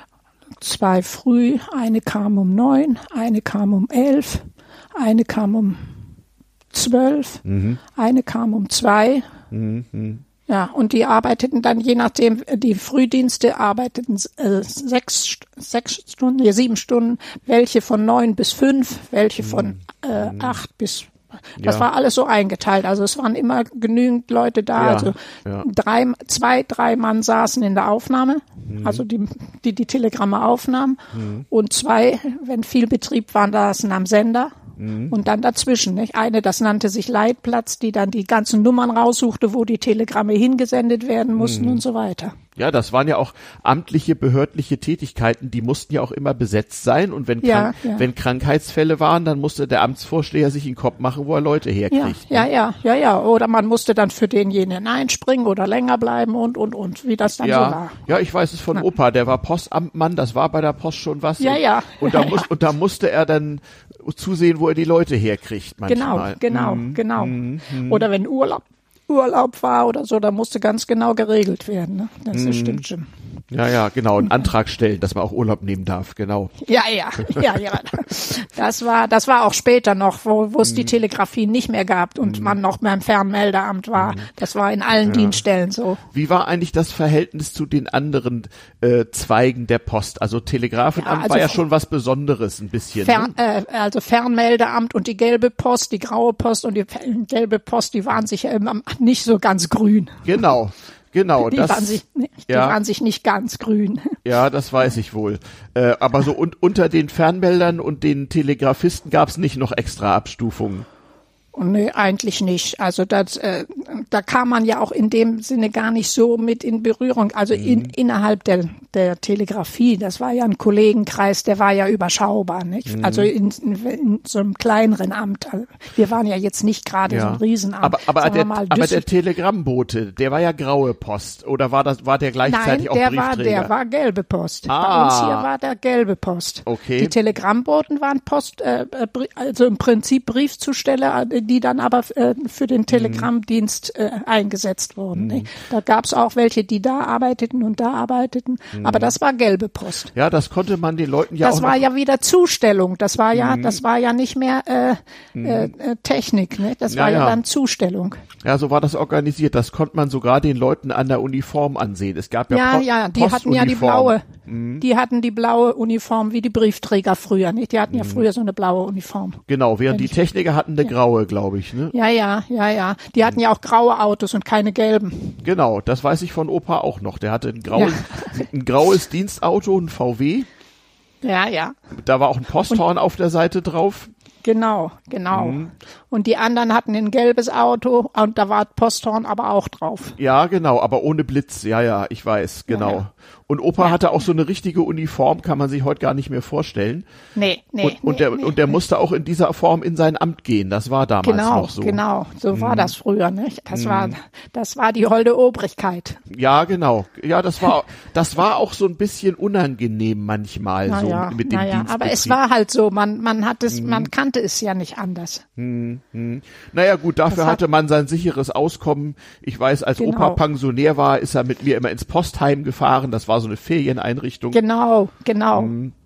Zwei früh, eine kam um neun, eine kam um elf, eine kam um zwölf, mhm. eine kam um zwei. Mhm. Ja, und die arbeiteten dann, je nachdem, die Frühdienste arbeiteten äh, sechs, sechs Stunden, nee, sieben Stunden, welche von neun bis fünf, welche von äh, acht bis Das ja. war alles so eingeteilt. Also es waren immer genügend Leute da. Ja, also ja. drei, zwei, drei Mann saßen in der Aufnahme, mhm. also die, die die Telegramme aufnahmen. Mhm. Und zwei, wenn viel Betrieb war, saßen am Sender. Mhm. Und dann dazwischen, nicht? Eine, das nannte sich Leitplatz, die dann die ganzen Nummern raussuchte, wo die Telegramme hingesendet werden mussten mhm. und so weiter. Ja, das waren ja auch amtliche, behördliche Tätigkeiten, die mussten ja auch immer besetzt sein. Und wenn, ja, Krank- ja. wenn Krankheitsfälle waren, dann musste der Amtsvorsteher sich in den Kopf machen, wo er Leute herkriegt. Ja, ja, ja, ja, ja. Oder man musste dann für denjenigen einspringen oder länger bleiben und, und, und, wie das dann ja, so war. Ja, ich weiß es von Na. Opa, der war Postamtmann, das war bei der Post schon was. Ja, und, ja. Und da, ja, muss, ja. und da musste er dann zusehen, wo er die Leute herkriegt manchmal. Genau, genau, mhm. genau. Mhm. Oder wenn Urlaub, Urlaub war oder so, da musste ganz genau geregelt werden. Ne? Das mhm. stimmt schon. Ja, ja, genau. Einen Antrag stellen, dass man auch Urlaub nehmen darf, genau. Ja, ja, ja, ja. Das war, das war auch später noch, wo, wo es mm. die Telegrafie nicht mehr gab und mm. man noch beim Fernmeldeamt war. Mm. Das war in allen ja. Dienststellen so. Wie war eigentlich das Verhältnis zu den anderen äh, Zweigen der Post? Also Telegrafenamt ja, also war ja schon was Besonderes, ein bisschen. Fern, ne? äh, also Fernmeldeamt und die gelbe Post, die graue Post und die gelbe Post, die waren sich ja nicht so ganz grün. Genau. Genau, die, das, waren sich, die ja, waren sich nicht ganz grün. Ja, das weiß ich wohl. Äh, aber so un- unter den Fernmeldern und den Telegrafisten gab es nicht noch extra Abstufungen. Nee, eigentlich nicht. Also das, äh, da kam man ja auch in dem Sinne gar nicht so mit in Berührung. Also in, mhm. innerhalb der, der Telegrafie, das war ja ein Kollegenkreis, der war ja überschaubar, nicht? Mhm. Also in, in, in so einem kleineren Amt. Wir waren ja jetzt nicht gerade ja. so ein Riesenamt. Aber, aber, der, aber der Telegrammbote, der war ja graue Post. Oder war das, war der gleichzeitig Nein, auch der Briefträger? War, der war gelbe Post. Ah. Bei uns hier war der gelbe Post. Okay. Die Telegrammboten waren Post, äh, also im Prinzip Briefzusteller, die dann aber äh, für den Telegrammdienst äh, eingesetzt wurden. Mhm. Da gab es auch welche, die da arbeiteten und da arbeiteten, mhm. aber das war gelbe Post. Ja, das konnte man den Leuten ja das auch Das war noch ja wieder Zustellung, das war ja, mhm. das war ja nicht mehr äh, mhm. äh, Technik, ne? Das ja, war ja, ja dann Zustellung. Ja, so war das organisiert. Das konnte man sogar den Leuten an der Uniform ansehen. Es gab ja Ja, Po- ja, die hatten ja die blaue, mhm. die hatten die blaue Uniform wie die Briefträger früher, nicht? Die hatten ja früher so eine blaue Uniform. Genau, während Wenn die Techniker hatten eine ja. graue, glaube ich, ne? Ja, ja, ja, ja. Die hatten ja auch graue Autos und keine gelben. Genau, das weiß ich von Opa auch noch. Der hatte ein graues, ja. ein graues Dienstauto, ein V W. Ja, ja. Da war auch ein Posthorn und auf der Seite drauf. Genau, genau. Mhm. Und die anderen hatten ein gelbes Auto und da war Posthorn aber auch drauf. Ja, genau, aber ohne Blitz. Ja, ja, ich weiß, genau. Ja, ja. Und Opa ja. hatte auch so eine richtige Uniform, kann man sich heute gar nicht mehr vorstellen. Nee, nee. Und, und nee, der, nee. und der musste auch in dieser Form in sein Amt gehen. Das war damals genau, noch so. Genau, so war mhm. das früher, nicht? Das mhm. war, das war die holde Obrigkeit. Ja, genau. Ja, das war, das war auch so ein bisschen unangenehm manchmal, na so ja, mit dem na ja. Dienstbetrieb. Aber es war halt so, man, man hat es, mhm. man kannte es ja nicht anders. Mhm. Naja, gut, dafür hat, hatte man sein sicheres Auskommen. Ich weiß, als genau. Opa Pensionär war, ist er mit mir immer ins Postheim gefahren. Das war so eine Ferieneinrichtung. Genau, genau. Mhm.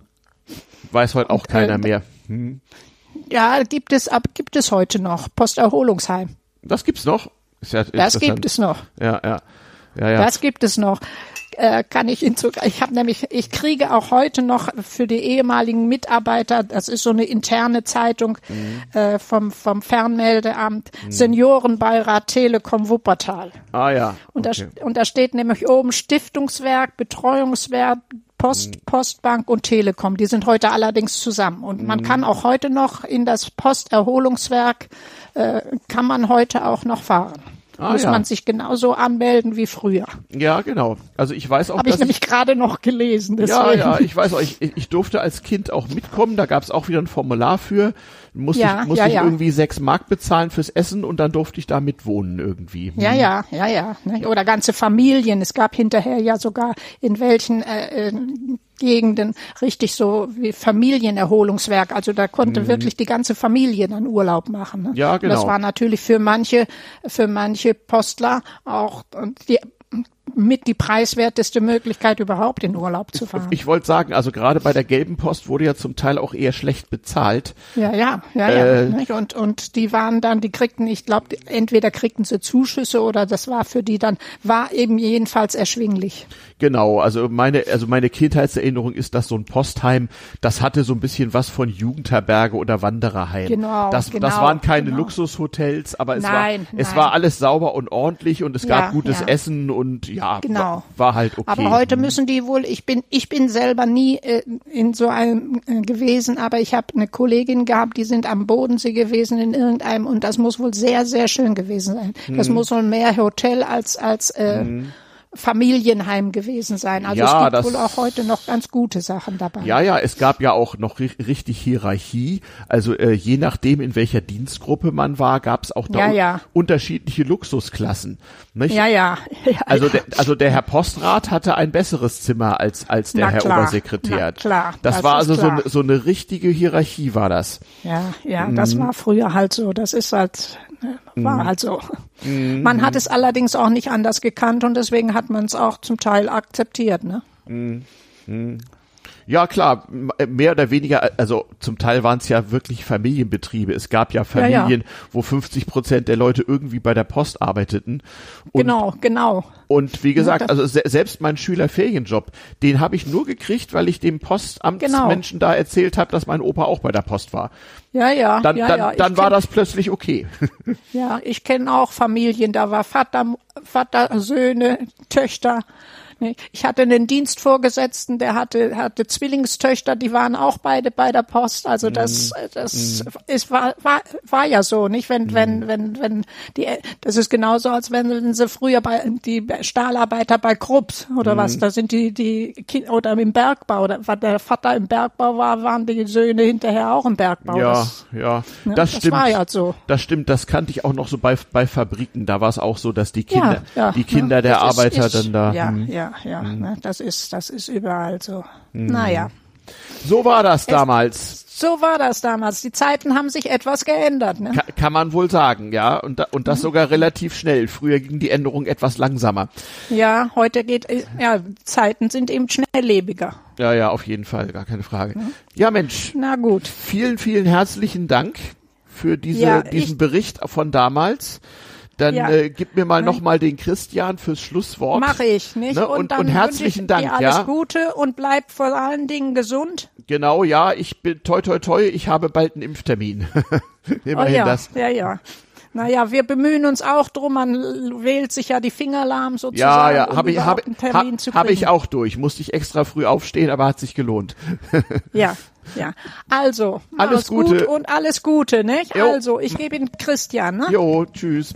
Weiß heute auch Und, keiner äh, mehr. Hm. Ja, gibt es, ab, gibt es heute noch. Posterholungsheim. Das gibt's noch? Ist ja Das gibt es noch. Ja, ja. Ja, ja. Das gibt es noch. Äh, kann ich Ihnen zu, ich habe nämlich, ich kriege auch heute noch für die ehemaligen Mitarbeiter, das ist so eine interne Zeitung mhm. äh, vom, vom Fernmeldeamt, mhm. Seniorenbeirat Telekom Wuppertal. Ah ja. Und, okay. da, und da steht nämlich oben Stiftungswerk, Betreuungswerk, Post, mhm. Postbank und Telekom. Die sind heute allerdings zusammen. Und man mhm. kann auch heute noch in das Posterholungswerk, äh, kann man heute auch noch fahren. Ah, muss ja. man sich genauso anmelden wie früher. Ja, genau. Also ich weiß auch, Habe ich nämlich gerade noch gelesen. Deswegen. Ja, ja, ich weiß auch, ich, ich durfte als Kind auch mitkommen. Da gab es auch wieder ein Formular für. Musste ja, ich, musste ja, ich ja. irgendwie sechs Mark bezahlen fürs Essen und dann durfte ich da mitwohnen irgendwie. Hm. Ja, ja, ja, ja. Oder ganze Familien. Es gab hinterher ja sogar in welchen äh, Gegenden richtig so wie Familienerholungswerk. Also da konnte mhm. wirklich die ganze Familie dann Urlaub machen. Ne? Ja, genau. Und das war natürlich für manche, für manche Postler auch die mit die preiswerteste Möglichkeit überhaupt in Urlaub zu fahren. Ich, ich wollte sagen, also gerade bei der gelben Post wurde ja zum Teil auch eher schlecht bezahlt. Ja, ja, ja, äh, ja. Und und die waren dann, die kriegten, ich glaube, entweder kriegten sie Zuschüsse oder das war für die dann, war eben jedenfalls erschwinglich. Genau, also meine, also meine Kindheitserinnerung ist, dass so ein Postheim, das hatte so ein bisschen was von Jugendherberge oder Wandererheim. Genau, das, genau, das waren keine genau. Luxushotels, aber es nein, war, es nein. war alles sauber und ordentlich und es Ja, gab gutes ja. Essen und ja, Genau. war, war halt okay. Aber heute müssen die wohl, ich bin ich bin selber nie äh, in so einem äh, gewesen, aber ich habe eine Kollegin gehabt, die sind am Bodensee gewesen in irgendeinem und das muss wohl sehr, sehr schön gewesen sein. Das mhm. muss wohl mehr Hotel als als äh, mhm. Familienheim gewesen sein. Also ja, es gibt das, wohl auch heute noch ganz gute Sachen dabei. Ja, ja, es gab ja auch noch ri- richtig Hierarchie. Also äh, je nachdem, in welcher Dienstgruppe man war, gab es auch da ja, un- ja. unterschiedliche Luxusklassen. Nicht? Ja, ja. ja also, ja. Der, also der Herr Postrat hatte ein besseres Zimmer als als der Na Herr klar, Obersekretär. na klar, das, das war ist also so klar. eine, so eine richtige Hierarchie war das. Ja, ja, das Mhm. war früher halt so. Das ist halt, war Mhm. halt so. Mhm. Man hat es allerdings auch nicht anders gekannt und deswegen hat man es auch zum Teil akzeptiert, ne? Mhm. Mhm. Ja, klar, mehr oder weniger, also zum Teil waren es ja wirklich Familienbetriebe. Es gab ja Familien, ja, ja. wo fünfzig Prozent der Leute irgendwie bei der Post arbeiteten. Und, genau, genau. Und wie gesagt, also se- selbst mein Schülerferienjob, den habe ich nur gekriegt, weil ich dem Postamtsmenschen genau. da erzählt habe, dass mein Opa auch bei der Post war. Ja, ja, dann, ja, dann, ja. Dann ich war kenn, das plötzlich okay. Ja, ich kenne auch Familien, da war Vater, Vater, Söhne, Töchter. Ich hatte einen Dienstvorgesetzten, der hatte hatte Zwillingstöchter, die waren auch beide bei der Post. Also das mm. das mm. ist war war war ja so, nicht wenn mm. wenn wenn wenn die das ist genauso, als wenn sie früher bei die Stahlarbeiter bei Krupps oder mm. was, da sind die die Kinder, oder im Bergbau, oder war der Vater im Bergbau war, waren die Söhne hinterher auch im Bergbau. Ja, das, ja, ne, das, das stimmt. war ja so. Das stimmt, das kannte ich auch noch so bei bei Fabriken. Da war es auch so, dass die Kinder ja, ja, die Kinder ja, der Arbeiter ist, dann da. Ja, hm. ja. Ja, mhm. ne, das ist, das ist überall so. Mhm. Naja. So war das damals. Es, so war das damals. Die Zeiten haben sich etwas geändert, ne? Ka- kann man wohl sagen, ja. Und, da, und das mhm. sogar relativ schnell. Früher ging die Änderung etwas langsamer. Ja, heute geht, ja, Zeiten sind eben schnelllebiger. Ja, ja, auf jeden Fall, gar keine Frage. Mhm. Ja, Mensch. Na gut. Vielen, vielen herzlichen Dank für diese, ja, diesen ich, Bericht von damals. Dann ja. äh, gib mir mal nochmal den Christian fürs Schlusswort. Mache ich, nicht? Ne? Und, und, dann und herzlichen Dank, dir alles ja. Gute und bleib vor allen Dingen gesund. Genau, ja, ich bin toi toi toi, ich habe bald einen Impftermin. Immerhin oh ja, das. Ja, ja. Naja, wir bemühen uns auch drum, man wählt sich ja die Finger lahm sozusagen, ja, ja, um habe ich, hab, einen Termin hab, zu hab kriegen. ich auch durch. Musste ich extra früh aufstehen, aber hat sich gelohnt. Ja, ja. Also, alles Gute gut und alles Gute, nicht? Jo. Also, ich gebe Ihnen Christian, ne? Jo, tschüss.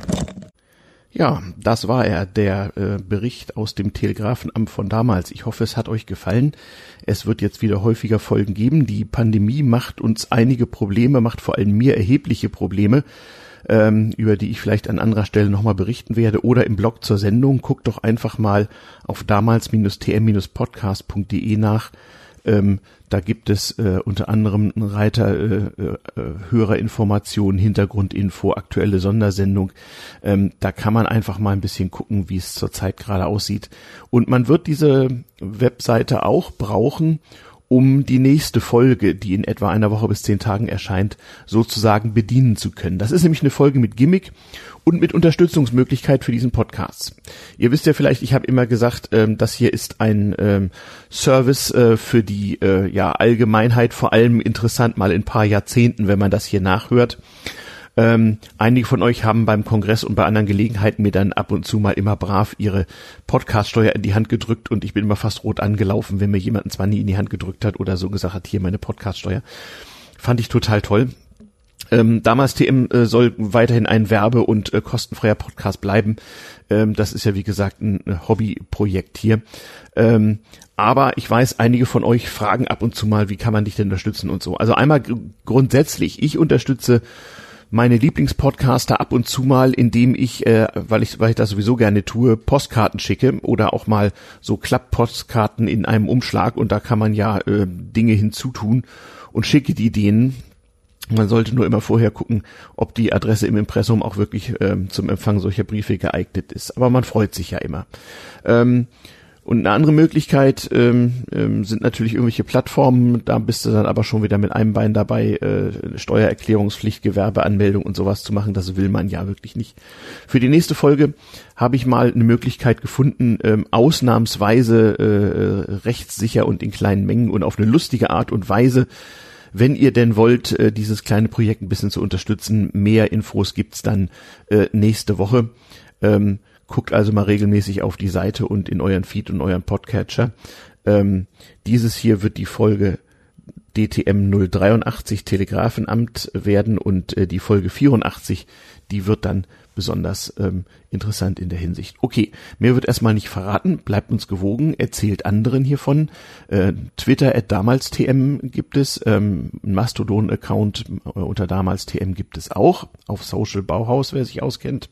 Ja, das war er, der äh, Bericht aus dem Telegrafenamt von damals. Ich hoffe, es hat euch gefallen. Es wird jetzt wieder häufiger Folgen geben. Die Pandemie macht uns einige Probleme, macht vor allem mir erhebliche Probleme, ähm, über die ich vielleicht an anderer Stelle nochmal berichten werde oder im Blog zur Sendung. Guckt doch einfach mal auf damals T M Podcast punkt de nach. Ähm, da gibt es äh, unter anderem einen Reiter äh, äh, Hörerinformationen, Hintergrundinfo, aktuelle Sondersendung. Ähm, da kann man einfach mal ein bisschen gucken, wie es zurzeit gerade aussieht. Und man wird diese Webseite auch brauchen, um die nächste Folge, die in etwa einer Woche bis zehn Tagen erscheint, sozusagen bedienen zu können. Das ist nämlich eine Folge mit Gimmick und mit Unterstützungsmöglichkeit für diesen Podcast. Ihr wisst ja vielleicht, ich habe immer gesagt, ähm, das hier ist ein ähm, Service äh, für die äh, ja Allgemeinheit, vor allem interessant mal in ein paar Jahrzehnten, wenn man das hier nachhört. Ähm, einige von euch haben beim Kongress und bei anderen Gelegenheiten mir dann ab und zu mal immer brav ihre Podcaststeuer in die Hand gedrückt und ich bin immer fast rot angelaufen, wenn mir jemand zwar nie in die Hand gedrückt hat oder so gesagt hat, hier meine Podcaststeuer. Fand ich total toll. Ähm, damals T M äh, soll weiterhin ein werbe- und äh, kostenfreier Podcast bleiben. Ähm, das ist ja wie gesagt ein äh, Hobbyprojekt hier. Ähm, aber ich weiß, einige von euch fragen ab und zu mal, wie kann man dich denn unterstützen und so. Also einmal g- grundsätzlich, ich unterstütze meine Lieblingspodcaster ab und zu mal, indem ich, äh, weil ich weil ich das sowieso gerne tue, Postkarten schicke oder auch mal so Klapp-Postkarten in einem Umschlag und da kann man ja äh, Dinge hinzutun und schicke die denen. Man sollte nur immer vorher gucken, ob die Adresse im Impressum auch wirklich ähm, zum Empfang solcher Briefe geeignet ist. Aber man freut sich ja immer. Ähm, Und eine andere Möglichkeit ähm, ähm, sind natürlich irgendwelche Plattformen, da bist du dann aber schon wieder mit einem Bein dabei, äh, Steuererklärungspflicht, Gewerbeanmeldung und sowas zu machen, das will man ja wirklich nicht. Für die nächste Folge habe ich mal eine Möglichkeit gefunden, ähm, ausnahmsweise äh, rechtssicher und in kleinen Mengen und auf eine lustige Art und Weise, wenn ihr denn wollt, äh, dieses kleine Projekt ein bisschen zu unterstützen. Mehr Infos gibt's dann äh, nächste Woche. Ähm, Guckt also mal regelmäßig auf die Seite und in euren Feed und euren Podcatcher. Ähm, dieses hier wird die Folge D T M null dreiundachtzig Telegrafenamt werden und äh, die Folge vierundachtzig, die wird dann besonders ähm, interessant in der Hinsicht. Okay, mehr wird erstmal nicht verraten, bleibt uns gewogen, erzählt anderen hiervon. Äh, Twitter at damalstm gibt es, ähm, ein Mastodon-Account äh, unter damalstm gibt es auch, auf Social Bauhaus, wer sich auskennt.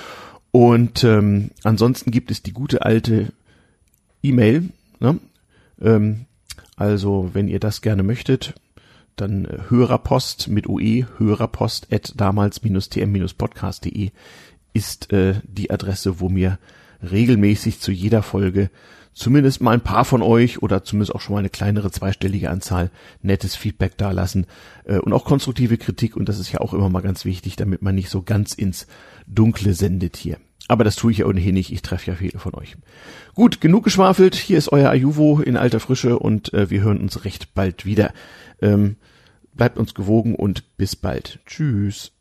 Und ähm, ansonsten gibt es die gute alte E-Mail, ne? ähm, also wenn ihr das gerne möchtet, dann äh, Hörerpost mit O E, Hörerpost at damals-tm-podcast punkt de ist äh, die Adresse, wo mir regelmäßig zu jeder Folge zumindest mal ein paar von euch oder zumindest auch schon mal eine kleinere zweistellige Anzahl nettes Feedback dalassen äh, und auch konstruktive Kritik, und das ist ja auch immer mal ganz wichtig, damit man nicht so ganz ins Dunkle sendet hier. Aber das tue ich ja ohnehin nicht, ich treffe ja viele von euch. Gut, genug geschwafelt, hier ist euer Ayuvo in alter Frische und äh, wir hören uns recht bald wieder. Ähm, bleibt uns gewogen und bis bald. Tschüss.